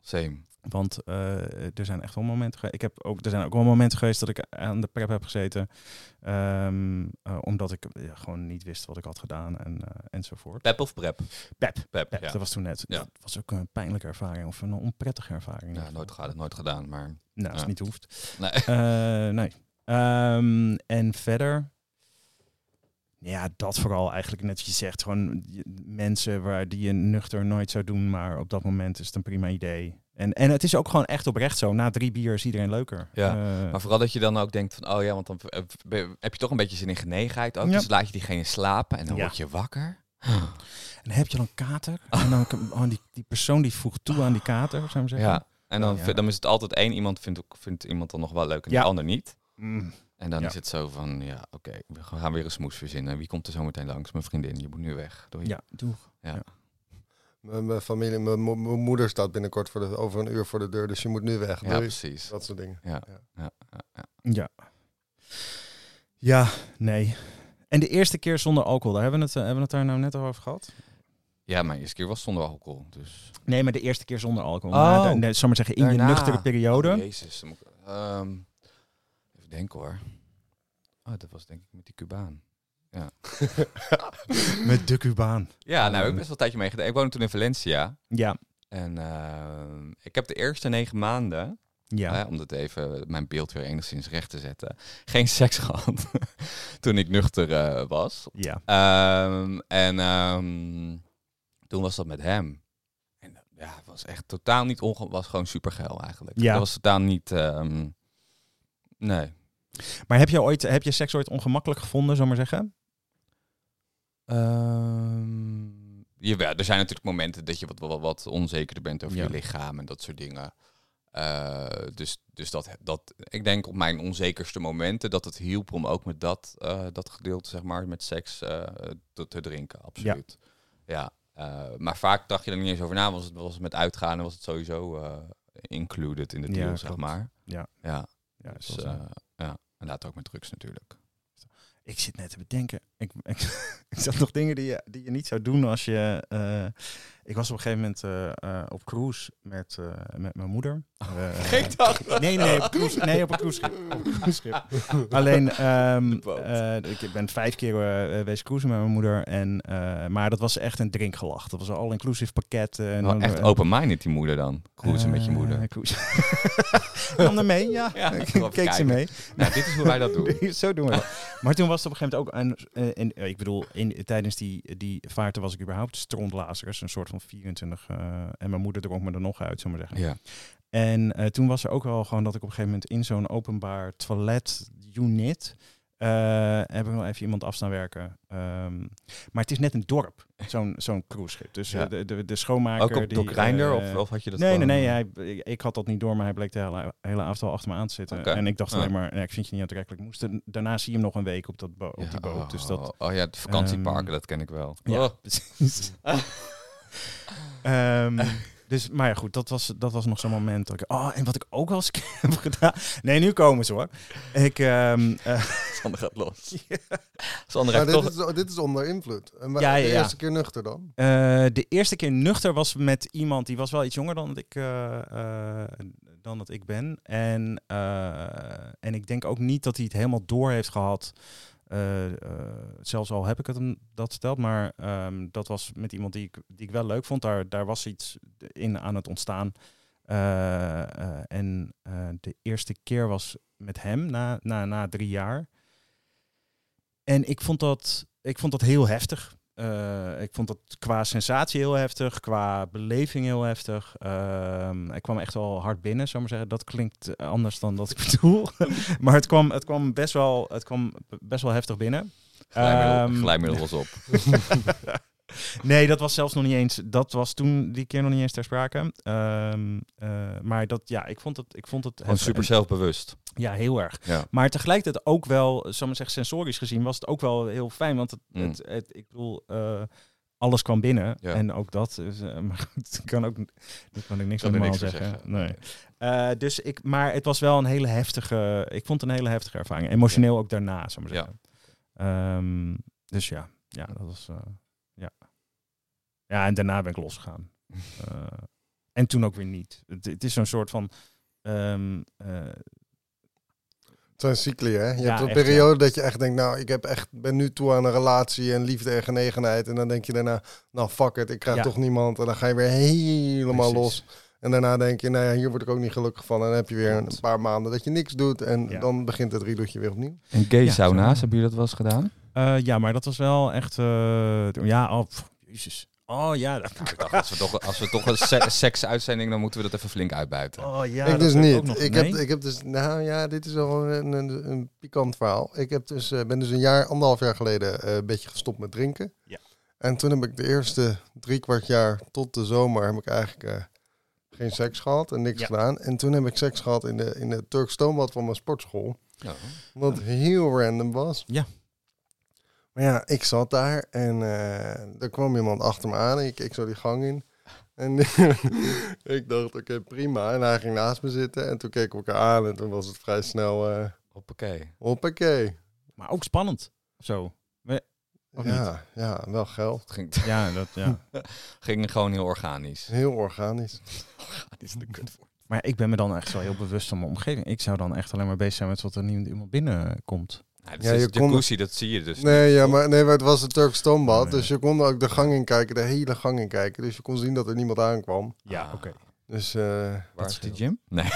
Same. Want uh, er zijn echt wel momenten geweest. Ik heb ook, er zijn ook wel momenten geweest dat ik aan de prep heb gezeten. Um, uh, omdat ik ja, gewoon niet wist wat ik had gedaan en, uh, enzovoort. Pep of prep? Pep. Pep, Pep ja. Dat was toen net. Ja. Dat was ook een pijnlijke ervaring of een onprettige ervaring. Ja, nooit gedaan, nooit gedaan, maar... Nou, als ja. het niet hoeft. Nee. Uh, nee. Um, en verder... Ja, dat vooral eigenlijk net wat je zegt. Gewoon mensen waar die je nuchter nooit zou doen, maar op dat moment is het een prima idee. En, en het is ook gewoon echt oprecht zo. Na drie bier is iedereen leuker. Ja, uh, maar vooral dat je dan ook denkt van, oh ja, want dan heb je toch een beetje zin in genegenheid ook. Ja. Dus laat je diegene slapen en dan Ja. word je wakker. En heb je dan kater? En dan oh, die, die persoon die voegt toe aan die kater, zou ik maar zeggen. Ja, en dan, Ja. dan is het altijd één iemand vindt, ook, vindt iemand dan nog wel leuk en Ja. de ander niet. Mm. En dan Ja. is het zo van, ja, oké, okay, we gaan weer een smoes verzinnen. Wie komt er zo meteen langs? Mijn vriendin, je moet nu weg. Doei. Ja, doe. Ja. Ja. Mijn mijn familie, mijn mo- mijn moeder staat binnenkort voor de, over een uur voor de deur, dus je moet nu weg. Ja, Doei. precies. Dat soort dingen. Ja. Ja. Ja. Ja. Ja. Ja. Ja, nee. En de eerste keer zonder alcohol, daar hebben we het, uh, hebben we het daar nou net al over gehad? Ja, mijn eerste keer was zonder alcohol, dus... Nee, maar de eerste keer zonder alcohol. Oh. Maar de, nee, zal maar zeggen, in Daarna. je nuchtere periode. Oh, jezus. dan moet ik- Um, even denken hoor. Oh, dat was denk ik met die Cubaan. Ja, Met de Cubaan. ja nou, ik heb best wel een tijdje mee gedaan. Ik woonde toen in Valencia. Ja. En uh, ik heb de eerste negen maanden, Ja. uh, om dat even mijn beeld weer enigszins recht te zetten, geen seks gehad toen ik nuchter uh, was. Ja. Um, en um, toen was dat met hem. En uh, ja, het was echt totaal niet onge... was gewoon supergeil eigenlijk. Ja. Dat was totaal niet... Um, nee. Maar heb je ooit, heb je seks ooit ongemakkelijk gevonden, zou maar zeggen? Um, jawel, er zijn natuurlijk momenten dat je wat, wat, wat onzekerder bent over Ja. je lichaam en dat soort dingen. Uh, dus dus dat, dat, ik denk op mijn onzekerste momenten dat het hielp om ook met dat, uh, dat gedeelte, zeg maar, met seks uh, te, te drinken, absoluut. Ja, ja uh, maar vaak dacht je er niet eens over na, was het, was het met uitgaan en was het sowieso uh, included in de deal, Ja, zeg klopt. maar. Ja. Ja, Ja, dus, zoals, uh, uh, ja. En later ook met drugs natuurlijk. Ik zit net te bedenken. Ik, ik, ik zag nog dingen die je, die je niet zou doen als je... Uh, ik was op een gegeven moment uh, uh, op cruise met, uh, met mijn moeder. Uh, Geen dag. Nee, nee, nee, op cruise, nee, op een cruiseschip. Op een cruiseschip. Alleen, um, uh, ik ben vijf keer uh, wezen cruisen met mijn moeder. En, uh, maar dat was echt een drinkgelach. Dat was een all-inclusive pakket. Uh, Wel echt uh, open-minded die moeder dan. Cruisen uh, met je moeder. Cruisen. Nam er mee, ja. ja Keek kijken. Ze mee. Nou, dit is hoe wij dat doen. Zo doen we dat. Maar toen was het op een gegeven moment ook... Een, in, ik bedoel, in, tijdens die, die vaarten was ik überhaupt strontlazers. Een soort van vierentwintig... Uh, en mijn moeder dronk me er nog uit, zullen we zeggen. Ja. En uh, toen was er ook wel gewoon dat ik op een gegeven moment in zo'n openbaar toilet-unit... Uh, heb ik nog even iemand af staan werken. Um, maar het is net een dorp, zo'n zo'n cruiseschip. Dus ja. uh, de, de, de schoonmaker... Ook op die, Grindr, uh, of, of had je dat Nee, gewoon... nee, nee. Hij, ik had dat niet door, maar hij bleek de hele, hele avond al achter me aan te zitten. Okay. En ik dacht ja. alleen maar, ja, ik vind je niet aantrekkelijk. Moest er, daarna zie je hem nog een week op, dat bo- op ja, die boot. Oh, Dus dat, oh ja, de vakantieparken, um, dat ken ik wel. Ja, oh. precies. um, Dus, maar ja, goed, dat was, dat was nog zo'n moment. Dat ik, oh, en wat ik ook wel eens heb gedaan. Nee, nu komen ze hoor. Ik, um, uh, Sander gaat los. Ja. Sander Maar heeft dit, toch... is, dit is onder invloed. En Ja, ja, de ja. eerste keer nuchter dan? Uh, de eerste keer nuchter was met iemand die was wel iets jonger dan dat ik, uh, uh, dan dat ik ben. En, uh, en ik denk ook niet dat hij het helemaal door heeft gehad. Uh, uh, zelfs al heb ik het hem dat verteld, maar um, dat was met iemand die ik, die ik wel leuk vond. Daar, daar was iets in aan het ontstaan. Uh, uh, en uh, de eerste keer was met hem na, na, na drie jaar. En ik vond dat, ik vond dat heel heftig. Uh, ik vond dat qua sensatie heel heftig, qua beleving heel heftig. Uh, ik kwam echt wel hard binnen, zou ik maar zeggen. Dat klinkt anders dan dat ik bedoel. Maar het kwam, het kwam best wel, het kwam best wel heftig binnen. Glijmiddel, Um, glijmiddel was op. Nee, dat was zelfs nog niet eens. Dat was toen die keer nog niet eens ter sprake. Um, uh, maar dat, ja, ik vond het, ik vond het Gewoon super zelfbewust. Ja, heel erg. Ja. Maar tegelijkertijd ook wel, zal ik maar zeggen, sensorisch gezien was het ook wel heel fijn, want het, Mm. het, het, ik bedoel, uh, alles kwam binnen ja. En ook dat. Dus, uh, maar goed, kan ook, daar kan ik niks kan normaal niks zeggen. zeggen. Nee. Uh, dus ik, maar het was wel een hele heftige. Ik vond het een hele heftige ervaring, emotioneel ja. Ook daarna, zal ik maar zeggen. Ja. Um, dus ja, ja, dat was. Uh, ja. Ja, en daarna ben ik losgegaan. uh, En toen ook weer niet. Het, het is zo'n soort van... Um, uh, Het zijn cycli, hè? Je Ja, hebt een echt, periode ja. dat je echt denkt, nou, ik heb echt, ben nu toe aan een relatie en liefde en genegenheid. En dan denk je daarna, nou, fuck it, ik krijg Ja. toch niemand. En dan ga je weer helemaal Precies. los. En daarna denk je, nou ja, hier word ik ook niet gelukkig van. En dan heb je weer een Klopt. paar maanden dat je niks doet. En Ja. dan begint het riedeltje weer opnieuw. En gay Ja, sauna's, zo. hebben jullie dat wel eens gedaan? uh, ja, maar dat was wel echt... Uh, ja, oh, pff, jezus. Oh ja. Dat, Nou, ik dacht, als we toch, als we toch een se- seksuitzending, dan moeten we dat even flink uitbuiten. oh ja. ik dat dus heb niet. ook nog- ik, nee? heb, ik heb dus, nou ja, dit is wel een, een, een pikant verhaal. Ik heb dus, uh, ben dus een jaar, anderhalf jaar geleden uh, een beetje gestopt met drinken. Ja. En toen heb ik de eerste drie kwart jaar tot de zomer heb ik eigenlijk uh, geen seks gehad en niks Ja. gedaan. En toen heb ik seks gehad in de, in de Turks stoombad van mijn sportschool. Ja. Wat heel random was. Ja. Maar ja, ik zat daar en uh, er kwam iemand achter me aan en ik keek zo die gang in. En ik dacht, oké, okay, prima. En hij ging naast me zitten en toen keken we elkaar aan en toen was het vrij snel... Uh, Hoppakee. Hoppakee. Maar ook spannend. Zo. Of Ja, ja, wel geld. Het ging, Ja, dat, ja. ging gewoon heel organisch. Heel organisch. Organisch de kutwoord. Maar ik ben me dan echt zo heel bewust van mijn omgeving. Ik zou dan echt alleen maar bezig zijn met wat er nieuw iemand binnenkomt. Ja, dus Ja, is je kon- jacuzzi, dat zie je dus Nee, niet, ja, toch? maar, nee, maar het was een Turks stoombad. Oh, ja. Dus je kon ook de gang in kijken, de hele gang in kijken. Dus je kon zien dat er niemand aankwam. Ja, Ah. oké. Dus uh, Waar is die scheelt. gym? Nee.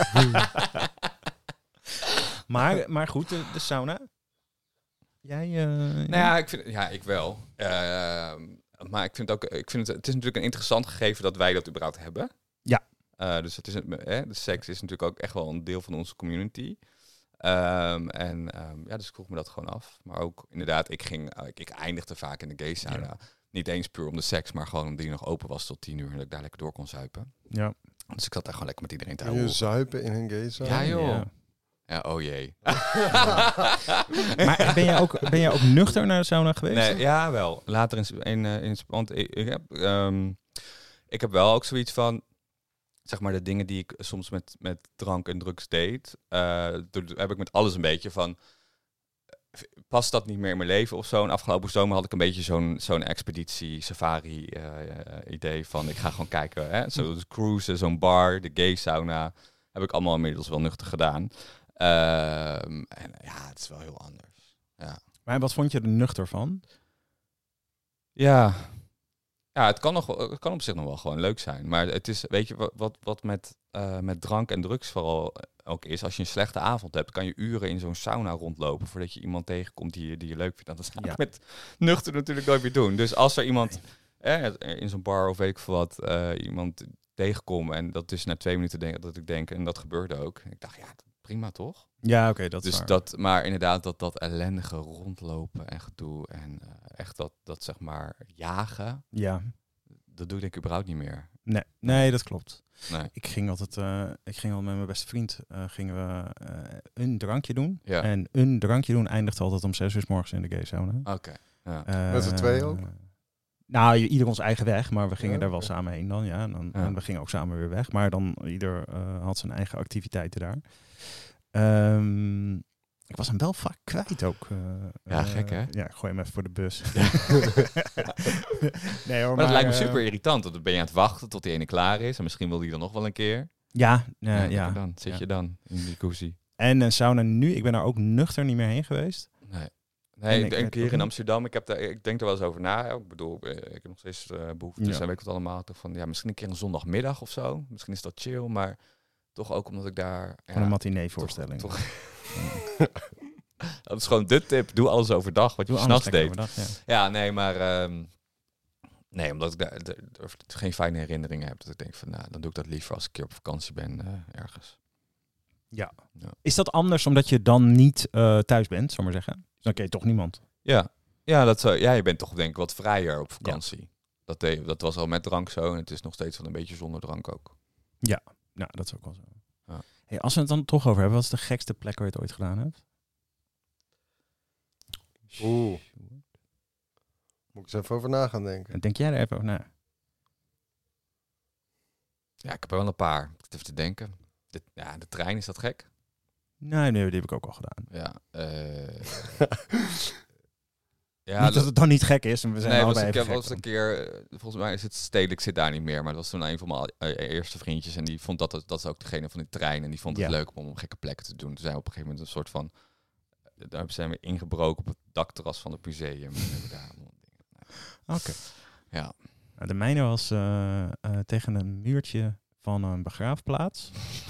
Maar, maar goed, de, de sauna. Jij... Uh, Nou ja, ik vind, ja, ik wel. Uh, maar ik vind ook, ik vind het, het is natuurlijk een interessant gegeven dat wij dat überhaupt hebben. Ja. Uh, dus het is, een, hè, de seks is natuurlijk ook echt wel een deel van onze community. Um, en um, ja, dus ik vroeg me dat gewoon af. Maar ook inderdaad, ik ging, uh, ik, ik eindigde vaak in de gay sauna. Ja. Niet eens puur om de seks, maar gewoon omdat die nog open was tot tien uur en dat ik daar lekker door kon zuipen. Ja. Dus ik zat daar gewoon lekker met iedereen te kun je houden. zuipen in een gay sauna? Ja, joh. Ja. Ja, oh jee. Maar ben jij, ook, ben jij ook nuchter naar de sauna geweest? Nee, ja, wel. Later in, in, in want ik, ik, heb, um, ik heb wel ook zoiets van, zeg maar, de dingen die ik soms met, met drank en drugs deed, uh, heb ik met alles een beetje van, past dat niet meer in mijn leven of zo? En afgelopen zomer had ik een beetje zo'n zo'n expeditie, safari uh, uh, idee van, ik ga gewoon kijken, hè? Zo cruisen, zo'n bar, de gay sauna, heb ik allemaal inmiddels wel nuchter gedaan. Um, en ja, het is wel heel anders. Ja. Maar wat vond je er nuchter van? Ja, ja het, kan nog, het kan op zich nog wel gewoon leuk zijn. Maar het is, weet je, wat, wat, wat met, uh, met drank en drugs vooral ook is. Als je een slechte avond hebt, kan je uren in zo'n sauna rondlopen voordat je iemand tegenkomt die je, die je leuk vindt. Dat ga ik Ja. met nuchter natuurlijk nooit meer doen. Dus als er iemand eh, in zo'n bar of weet ik veel wat, uh, iemand tegenkomt en dat is na twee minuten denk, dat ik denk, en dat gebeurde ook. Ik dacht, ja, prima toch? Ja, oké, okay, dat is dus waar. dat, maar inderdaad, dat, dat ellendige rondlopen en gedoe en uh, echt dat, dat zeg maar jagen, Ja. dat doe ik überhaupt niet meer. Nee, nee, dat klopt. Nee. Ik ging altijd, uh, ik ging al met mijn beste vriend, uh, gingen we uh, een drankje doen. Ja. En een drankje doen eindigt altijd om zes uur 's morgens in de gay sauna. Oké. Okay. Ja. Uh, Met z'n tweeën ook? Nou, ieder ons eigen weg, maar we gingen Ja, daar wel okay. samen heen dan, ja. En, dan, Ja. en we gingen ook samen weer weg, maar dan ieder uh, had zijn eigen activiteiten daar. Um, ik was hem wel vaak kwijt ook. Uh, ja, uh, gek hè? Ja, gooi hem even voor de bus. nee, hoor, maar, maar dat lijkt me super irritant. Want dan ben je aan het wachten tot die ene klaar is. En misschien wil die dan nog wel een keer. Ja, uh, ja. ja. Dan zit ja. je dan in die jacuzzi. En een sauna nu, ik ben daar ook nuchter niet meer heen geweest. Nee. Nee, ik, ik een keer in niet. Amsterdam, ik, heb daar, ik denk er wel eens over na. Ik bedoel, ik heb nog steeds uh, behoeftes ja. en weet ik wat allemaal. Toch van, ja, misschien een keer een zondagmiddag of zo. Misschien is dat chill, maar toch ook omdat ik daar... Van ja, een matinee voorstelling. Toch, toch dat is gewoon de tip. Doe alles overdag, wat je s'nachts deed. Overdag, ja. ja, nee, maar... Um, nee, omdat ik daar de, de, de, geen fijne herinneringen heb. Dat ik denk van, nou, dan doe ik dat liever als ik een keer op vakantie ben uh, ergens. Ja. ja. Is dat anders omdat je dan niet uh, thuis bent, zal maar zeggen? Dus dan ken je toch niemand? Ja, ja, dat zou, ja, je bent toch denk ik wat vrijer op vakantie. Ja. Dat, de, dat was al met drank zo en het is nog steeds wel een beetje zonder drank ook. Ja, nou, dat is ook wel zo. Ja. Hey, als we het dan toch over hebben, wat is de gekste plek waar je het ooit gedaan hebt? Oeh. Moet ik eens even over na gaan denken. Denk jij er even over na? Ja, ik heb er wel een paar. Ik zit even te denken. De, ja, de trein, is dat gek? Nee, nee, die heb ik ook al gedaan. Ja. Uh, Ja, niet dat het dan niet gek is. En we zijn nee, was allebei een, even keer, gek was een dan. keer, uh, volgens mij is het stedelijk, zit daar niet meer. Maar dat was toen een van mijn uh, eerste vriendjes. En die vond dat, dat is ook degene van de trein. En die vond het Ja. leuk om op gekke plekken te doen. Toen zijn we op een gegeven moment een soort van... Daar zijn we ingebroken op het dakterras van het museum. En hebben daar allemaal dingen. Oké. Ja. Nou, de mijne was uh, uh, tegen een muurtje van een begraafplaats.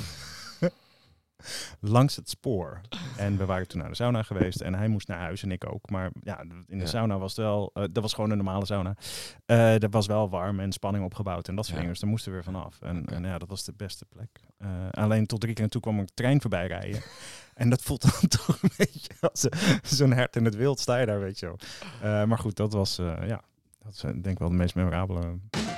Langs het spoor. En we waren toen naar de sauna geweest en hij moest naar huis en ik ook. Maar ja, in de Ja. sauna was het wel... Uh, dat was gewoon een normale sauna. Uh, dat was wel warm en spanning opgebouwd en dat soort Ja. dingen. Dus daar moesten we weer vanaf. En, Okay. en ja, dat was de beste plek. Uh, alleen tot drie keer en toe kwam een trein voorbij rijden. En dat voelt dan toch een beetje als uh, zo'n hert in het wild. Sta je daar, weet je wel. Uh, maar goed, dat was... Uh, ja, dat is uh, denk ik wel de meest memorabele...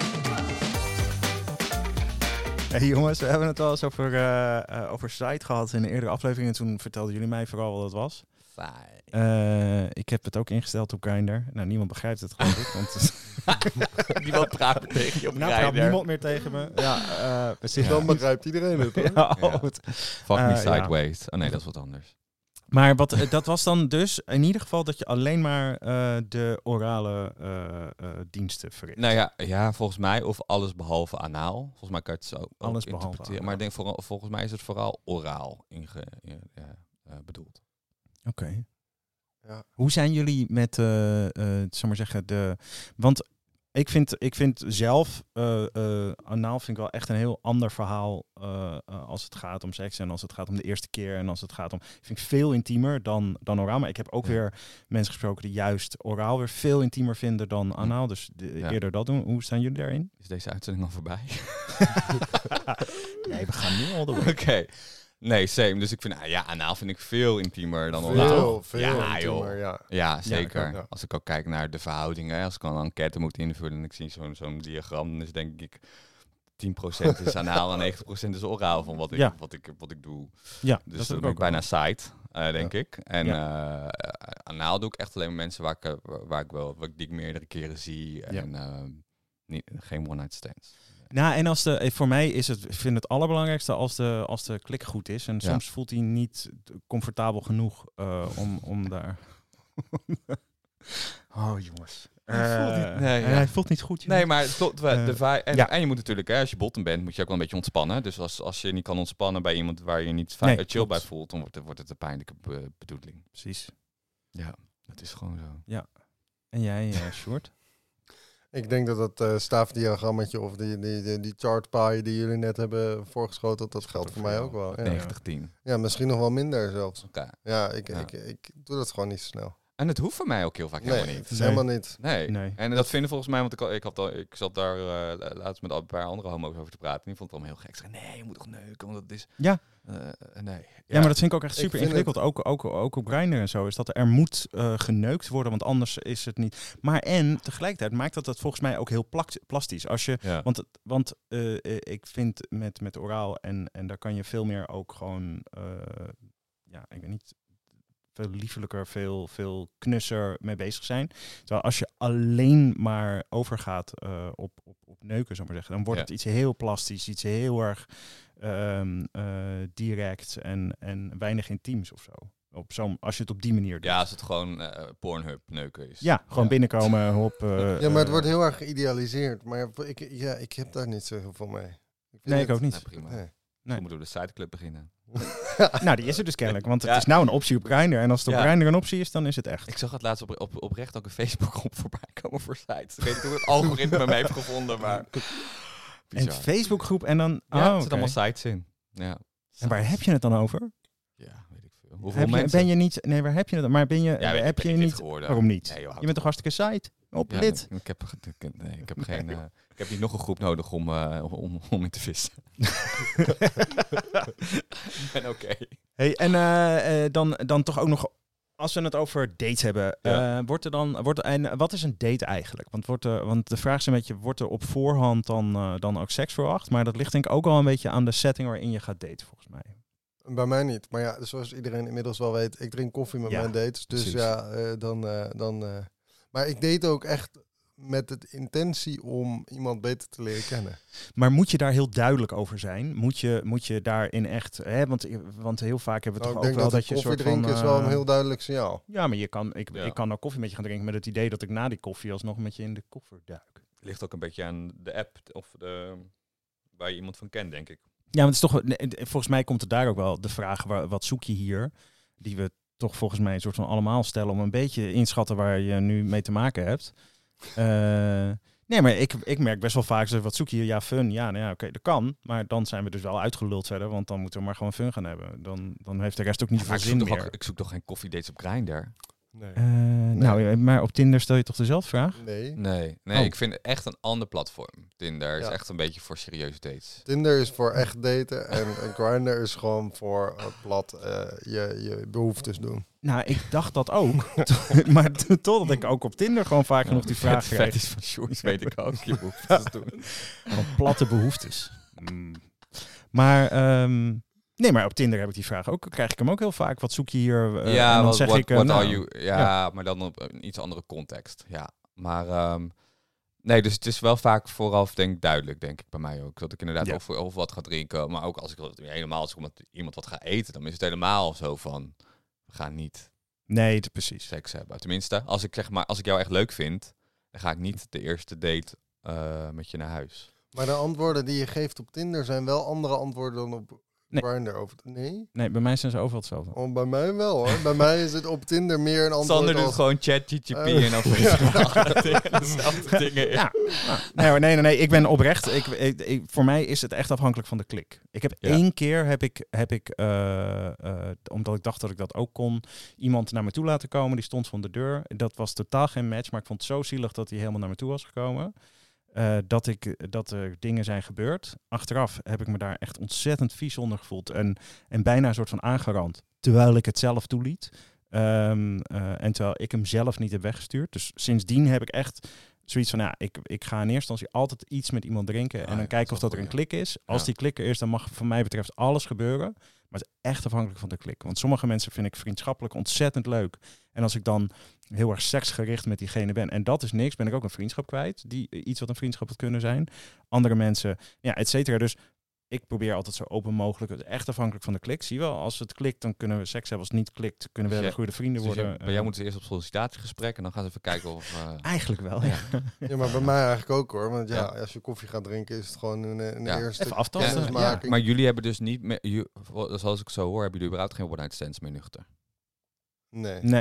Hey jongens, we hebben het wel eens over, uh, uh, over site gehad in een eerdere aflevering. En toen vertelden jullie mij vooral wat het was. Uh, ik heb het ook ingesteld op Grindr. Nou, niemand begrijpt het geloof ik. Want niemand praat meer tegen je op nou, Grindr. praat niemand meer tegen me. Ja, uh, we zitten Dan begrijpt iedereen het, hoor. ja, Ja. goed. Fuck me Uh, sideways. Ja. Oh nee, dat is wat anders. Maar wat, uh, dat was dan dus in ieder geval dat je alleen maar uh, de orale uh, uh, diensten verricht. Nou ja, ja, volgens mij of alles behalve anaal. Volgens mij kan je het zo ook Alles behalve interpreteren. anaal. Maar ik denk vooral, volgens mij is het vooral oraal inge, in, uh, uh, bedoeld. Oké. Okay. Ja. Hoe zijn jullie met, uh, uh, zal maar zeggen, de... Want ik vind, ik vind zelf, uh, uh, anaal vind ik wel echt een heel ander verhaal uh, uh, als het gaat om seks en als het gaat om de eerste keer en als het gaat om... Vind ik veel intiemer dan, dan oraal. Maar ik heb ook ja. weer mensen gesproken die juist oraal weer veel intiemer vinden dan anaal. Dus de, ja. eerder dat doen. Hoe staan jullie daarin? Is deze uitzending al voorbij? Nee, we gaan nu al door. Oké. Okay. Nee, same. Dus ik vind, ah, ja, anaal vind ik veel intiemer dan veel, oraal. Veel ja, intiemer, ja. Ja, zeker. Ja, ik ja. Als ik ook kijk naar de verhoudingen, als ik een enquête moet invullen en ik zie zo'n zo'n diagram, dan is denk ik tien procent is anaal en negentig procent is oraal van wat ik, ja. wat ik, wat ik doe. Ja, dus dat dan is ben ik bijna wel. side, uh, denk ja. ik. En ja. uh, anaal doe ik echt alleen met mensen waar ik, waar ik wel, waar ik die ik meerdere keren zie ja. en uh, niet, geen one-night stands. Nou, en als de, voor mij is het, ik vind het allerbelangrijkste als de, als de klik goed is. En soms ja. voelt hij niet comfortabel genoeg uh, om, om daar... oh, jongens. Hij voelt niet, nee, uh, ja. hij voelt niet goed. Jongens. Nee, maar tot, de, uh, de vi- en, ja. en je moet natuurlijk, hè, als je bottom bent, moet je ook wel een beetje ontspannen. Dus als, als je niet kan ontspannen bij iemand waar je niet nee, chill klopt. bij voelt, dan wordt het, wordt het een pijnlijke be- bedoeling. Precies. Ja, dat is gewoon zo. Ja. En jij, uh, Sjoerd? Ik denk dat dat uh, staafdiagrammetje of die, die, die, die chartpie die jullie net hebben voorgeschoteld, dat geldt voor mij ook wel. Ja. negentig tien. Ja, misschien nog wel minder zelfs. Okay. Ja, ik, ja. Ik, ik, ik doe dat gewoon niet zo snel. En het hoeft voor mij ook heel vaak nee, helemaal niet. Nee, helemaal niet. Nee. nee. En dat vinden volgens mij, want ik, ik, had al, ik zat daar uh, laatst met een paar andere homo's over te praten. En die vond het allemaal heel gek. Ze nee, je moet toch neuken, want dat is... Ja. Uh, nee. Ja. ja, maar dat vind ik ook echt super ingewikkeld. Het... Ook, ook, ook op Grindr en zo. Is dat er moet uh, geneukt worden, want anders is het niet... Maar en tegelijkertijd maakt dat het volgens mij ook heel plak- plastisch. Als je, ja. Want, want uh, ik vind met, met oraal en, en daar kan je veel meer ook gewoon... Uh, ja, ik weet niet... veel liefelijker, veel, veel knusser mee bezig zijn. Terwijl als je alleen maar overgaat uh, op, op, op neuken, zou maar zeggen, dan wordt ja. het iets heel plastisch, iets heel erg um, uh, direct en, en weinig intiems of zo. Op zo'n, als je het op die manier doet. Ja, als het gewoon uh, Pornhub neuken is. Ja, gewoon ja. binnenkomen, hop. Uh, ja, maar het wordt heel erg geïdealiseerd. Maar ik, ja, ik heb daar niet zo heel veel mee. Ik nee, ik het, ook niet. Nee, prima. Nee. Nee. moeten we de siteclub beginnen. Nou, die is er dus kennelijk, want het ja. is nou een optie op Grindr. En als het op ja. Grindr een optie is, dan is het echt. Ik zag het laatst op, op, oprecht ook een Facebookgroep voorbij komen voor sites. Ik weet niet hoe het algoritme me heeft gevonden, maar... Een Facebookgroep en dan... Ja, oh, er okay. zitten allemaal sites in. Ja. En waar heb je het dan over? Ja, weet ik veel. Hoeveel heb je, mensen? Ben je niet... Nee, waar heb je het dan? Maar ben je... Ja, heb je niet... Geworden. Waarom niet? Nee, joh, je bent toch hartstikke site? Op ja, lid? Nee, ik heb, nee, ik heb geen... Uh, ik heb niet nog een groep nodig om, uh, om, om in te vissen. Ik ben oké. Okay. Hey, en uh, uh, dan, dan toch ook nog... Als we het over dates hebben, ja. uh, wordt er dan, wordt er, en wat is een date eigenlijk? Want, wordt er, want de vraag is een beetje, wordt er op voorhand dan, uh, dan ook seks verwacht? Maar dat ligt denk ik ook wel een beetje aan de setting waarin je gaat daten, volgens mij. Bij mij niet. Maar ja, zoals iedereen inmiddels wel weet, ik drink koffie met ja, mijn dates. Dus precies. ja, uh, dan... Uh, dan uh, maar ik date ook echt met de intentie om iemand beter te leren kennen. Maar moet je daar heel duidelijk over zijn? Moet je, moet je daarin echt... Hè, want, want heel vaak hebben we Nou, toch ik ook denk wel dat, dat je dat een soort koffie van... drinken is wel een uh, heel duidelijk signaal. Ja, maar je kan, ik, Ja. ik kan nou koffie met je gaan drinken met het idee dat ik na die koffie alsnog met je in de koffer duik. Ligt ook een beetje aan de app of de, waar je iemand van kent, denk ik. Ja, maar het is toch, nee, volgens mij komt het daar ook wel de vraag, waar, wat zoek je hier? Die we toch volgens mij een soort van allemaal stellen om een beetje inschatten waar je nu mee te maken hebt. Uh, nee, maar ik, ik merk best wel vaak, zo, wat zoek je hier? Ja, fun. Ja, nou ja, oké, okay, dat kan. Maar dan zijn we dus wel uitgeluld verder, want dan moeten we maar gewoon fun gaan hebben. Dan, dan heeft de rest ook niet Ja, veel ik zin zoek meer. Toch ook, ik zoek toch geen koffiedates op Grindr? Nee. Uh, nee. Nou, maar op Tinder stel je toch dezelfde vraag? Nee. Nee, nee Oh. ik vind het echt een ander platform. Tinder is Ja. echt een beetje voor serieuze dates. Tinder is voor echt daten en een Grindr is gewoon voor uh, plat uh, je, je behoeftes doen. Nou, ik dacht dat ook. Maar t- totdat ik ook op Tinder gewoon vaak genoeg die vraag Vet krijg. is van Sjoerd, weet ik ook. Je behoeftes doen. Van platte behoeftes. Mm. Maar, um, nee, maar op Tinder heb ik die vraag ook. Krijg ik hem ook heel vaak. Wat zoek je hier? Uh, ja, en dan wat, zeg what, ik... Uh, what nou, are you? Ja, ja, maar dan op een iets andere context. Ja, maar... Um, nee, dus het is wel vaak vooraf denk duidelijk, denk ik, bij mij ook. Dat ik inderdaad Ja. of, of wat ga drinken. Maar ook als ik helemaal als ik met iemand wat ga eten, dan is het helemaal zo van... We gaan niet nee, het, precies. seks hebben. Tenminste, als ik zeg maar, als ik jou echt leuk vind, dan ga ik niet de eerste date uh, met je naar huis. Maar de antwoorden die je geeft op Tinder zijn wel andere antwoorden dan op Nee. Grindr. Over nee? Nee, bij mij zijn ze overal hetzelfde. Oh, bij mij wel hoor. Bij mij is het op Tinder meer een antwoord Sander doet als... gewoon ChatGPT Uh, en dan dezelfde dingen. Ja. Nou, nee, nee, nee, nee, ik ben oprecht. Ik, ik, ik, voor mij is het echt afhankelijk van de klik. Ik heb Ja. één keer, heb ik, heb ik uh, uh, omdat ik dacht dat ik dat ook kon, iemand naar me toe laten komen. Die stond voor de deur. Dat was totaal geen match, maar ik vond het zo zielig dat hij helemaal naar me toe was gekomen. Uh, dat, ik, dat er dingen zijn gebeurd. Achteraf heb ik me daar echt ontzettend vies onder gevoeld. En, en bijna een soort van aangerand. Terwijl ik het zelf toeliet. Um, uh, en terwijl ik hem zelf niet heb weggestuurd. Dus sindsdien heb ik echt zoiets van... Ja, ik, ik ga in eerste instantie altijd iets met iemand drinken. En Ah, dan ja, kijken dat of dat er is een wel klik is. Als Ja. die klik er is, dan mag van mij betreft alles gebeuren. Maar het is echt afhankelijk van de klik. Want sommige mensen vind ik vriendschappelijk ontzettend leuk. En als ik dan heel erg seksgericht met diegene ben... en dat is niks, ben ik ook een vriendschap kwijt. Die, iets wat een vriendschap had kunnen zijn. Andere mensen, ja, et cetera. Dus ik probeer altijd zo open mogelijk. Het is echt afhankelijk van de klik. Zie je wel, als het klikt, dan kunnen we seks hebben. Als het niet klikt, kunnen we Dus hele goede vrienden Dus worden. je, bij jou moeten ze eerst op sollicitatiegesprek en dan gaan ze even kijken of... Uh, Eigenlijk wel, ja. Ja, maar bij mij eigenlijk ook hoor. Want ja, Ja. als je koffie gaat drinken is het gewoon een, een Ja. eerste Even aftasten. kennismaking. maar jullie hebben dus niet meer... ju- Zoals ik zo hoor, hebben jullie überhaupt geen one-night stands meer nuchter? Nee. Nee.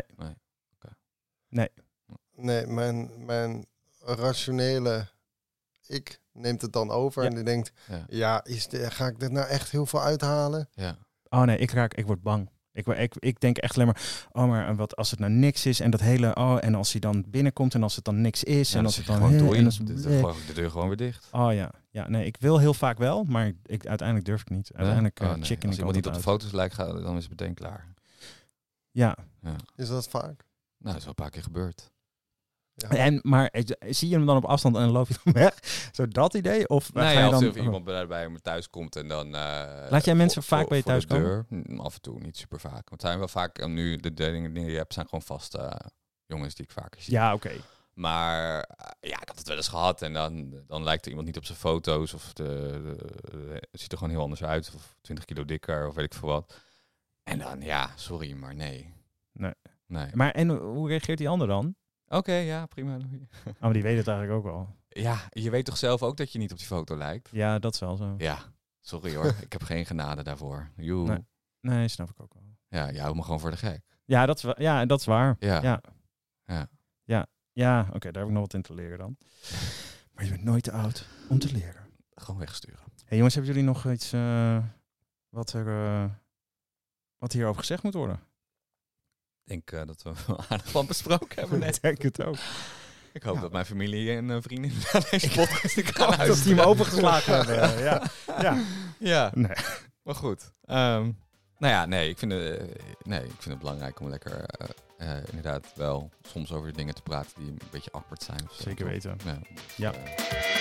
Nee, mijn, mijn rationele ik neemt het dan over Ja. en die denkt, Ja. ja, is de, ga ik dit nou echt heel veel uithalen? Ja. Oh nee, ik raak, ik word bang. Ik, ik, ik denk echt alleen maar, oh maar wat als het nou niks is en dat hele, oh en als hij dan binnenkomt en als het dan niks is Ja, en dan als zeg het je dan gewoon hè, doei. en als- Dan is bleh. gewoon de deur gewoon weer dicht. Oh ja, ja, nee, ik wil heel vaak wel, maar ik, uiteindelijk durf ik niet. Uiteindelijk Oh, uh, nee. chicken Als ik iemand niet op altijd de uit. foto's lijkt, gaat, dan is het meteen klaar. Ja, Ja. Is dat vaak? Nou, dat is wel een paar keer gebeurd. Ja. en, maar eh, zie je hem dan op afstand en dan loop je dan weg? Zo dat idee? Of Nou ga ja, je of dan... er iemand bij, bij me thuis komt en dan... uh, Laat jij mensen voor- vaak bij je voor thuis de komen? deur. Mm, Af en toe, niet super vaak. Want het zijn wel vaak, en nu de dingen die je hebt, zijn gewoon vaste uh, jongens die ik vaker zie. Ja, oké. Maar uh, ja, ik had het wel eens gehad en dan, dan lijkt er iemand niet op zijn foto's of de, de, de- het ziet er gewoon heel anders uit of twintig kilo dikker of weet ik veel wat. En dan, ja, sorry, maar nee. Nee. Nee. Maar en hoe reageert die ander dan? Oké, ja, prima. Oh, maar die weet het eigenlijk ook wel. Ja, je weet toch zelf ook dat je niet op die foto lijkt? Ja, dat is wel zo. Ja, sorry hoor. Ik heb geen genade daarvoor. Joe. Nee. Nee, snap ik ook wel. Ja, je houdt me gewoon voor de gek. Ja, dat is, wa- ja, dat is waar. Ja. Ja, Ja. ja, ja oké, daar heb ik nog wat in te leren dan. Maar je bent nooit te oud om te leren. Gewoon wegsturen. Hey jongens, hebben jullie nog iets uh, wat er uh, wat hierover gezegd moet worden? Ik denk uh, dat we wel aardig van besproken hebben net. Ik denk het ook. Ik hoop Ja. dat mijn familie en uh, vrienden naar deze podcast gaan Dat die luisteren. hem opengeslagen hebben. uh, ja. Ja. Ja, Nee. maar goed. Um, nou ja, nee ik, vind het, uh, nee, ik vind het belangrijk om lekker uh, uh, inderdaad wel soms over dingen te praten die een beetje awkward zijn. Of zo. Zeker weten. Ja. Ja. Uh,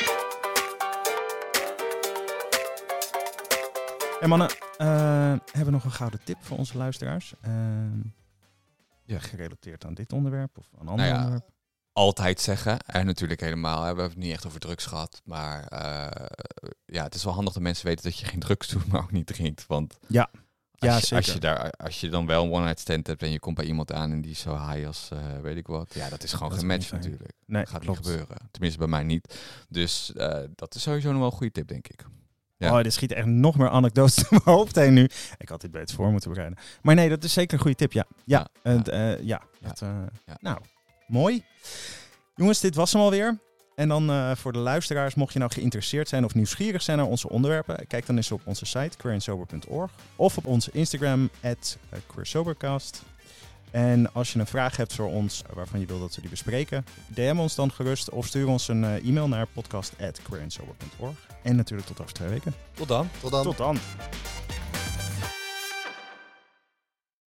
En mannen, uh, hebben we nog een gouden tip voor onze luisteraars? Uh, ja, gerelateerd aan dit onderwerp of aan een ander Nou ja, onderwerp? altijd zeggen. En natuurlijk helemaal. Hè, we hebben het niet echt over drugs gehad. Maar uh, ja, het is wel handig dat mensen weten dat je geen drugs doet, maar ook niet drinkt. Want Ja. als, Ja, je, zeker. als, je daar, als je dan wel een one-night stand hebt en je komt bij iemand aan en die is zo high als uh, weet ik wat. Ja, dat is gewoon Dat geen is match niet fijn. natuurlijk. Nee, Dat gaat klopt. niet gebeuren. Tenminste, bij mij niet. Dus uh, dat is sowieso nog wel een goede tip, denk ik. Ja. Oh, dit schiet echt nog meer anekdotes in mijn hoofd heen nu. Ik had dit beter voor moeten bereiden. Maar nee, dat is zeker een goede tip, ja. Ja, Ja, en, ja. uh, ja, Ja. dat, uh, Ja. nou, mooi. Jongens, dit was hem alweer. En dan uh, voor de luisteraars, mocht je nou geïnteresseerd zijn of nieuwsgierig zijn naar onze onderwerpen, kijk dan eens op onze site queer and sober punt org of op onze Instagram at queersobercast. En als je een vraag hebt voor ons waarvan je wil dat we die bespreken, D M ons dan gerust of stuur ons een uh, e-mail naar podcast at queer and sober punt org. En natuurlijk tot over twee weken. Tot dan. Tot dan. Tot dan.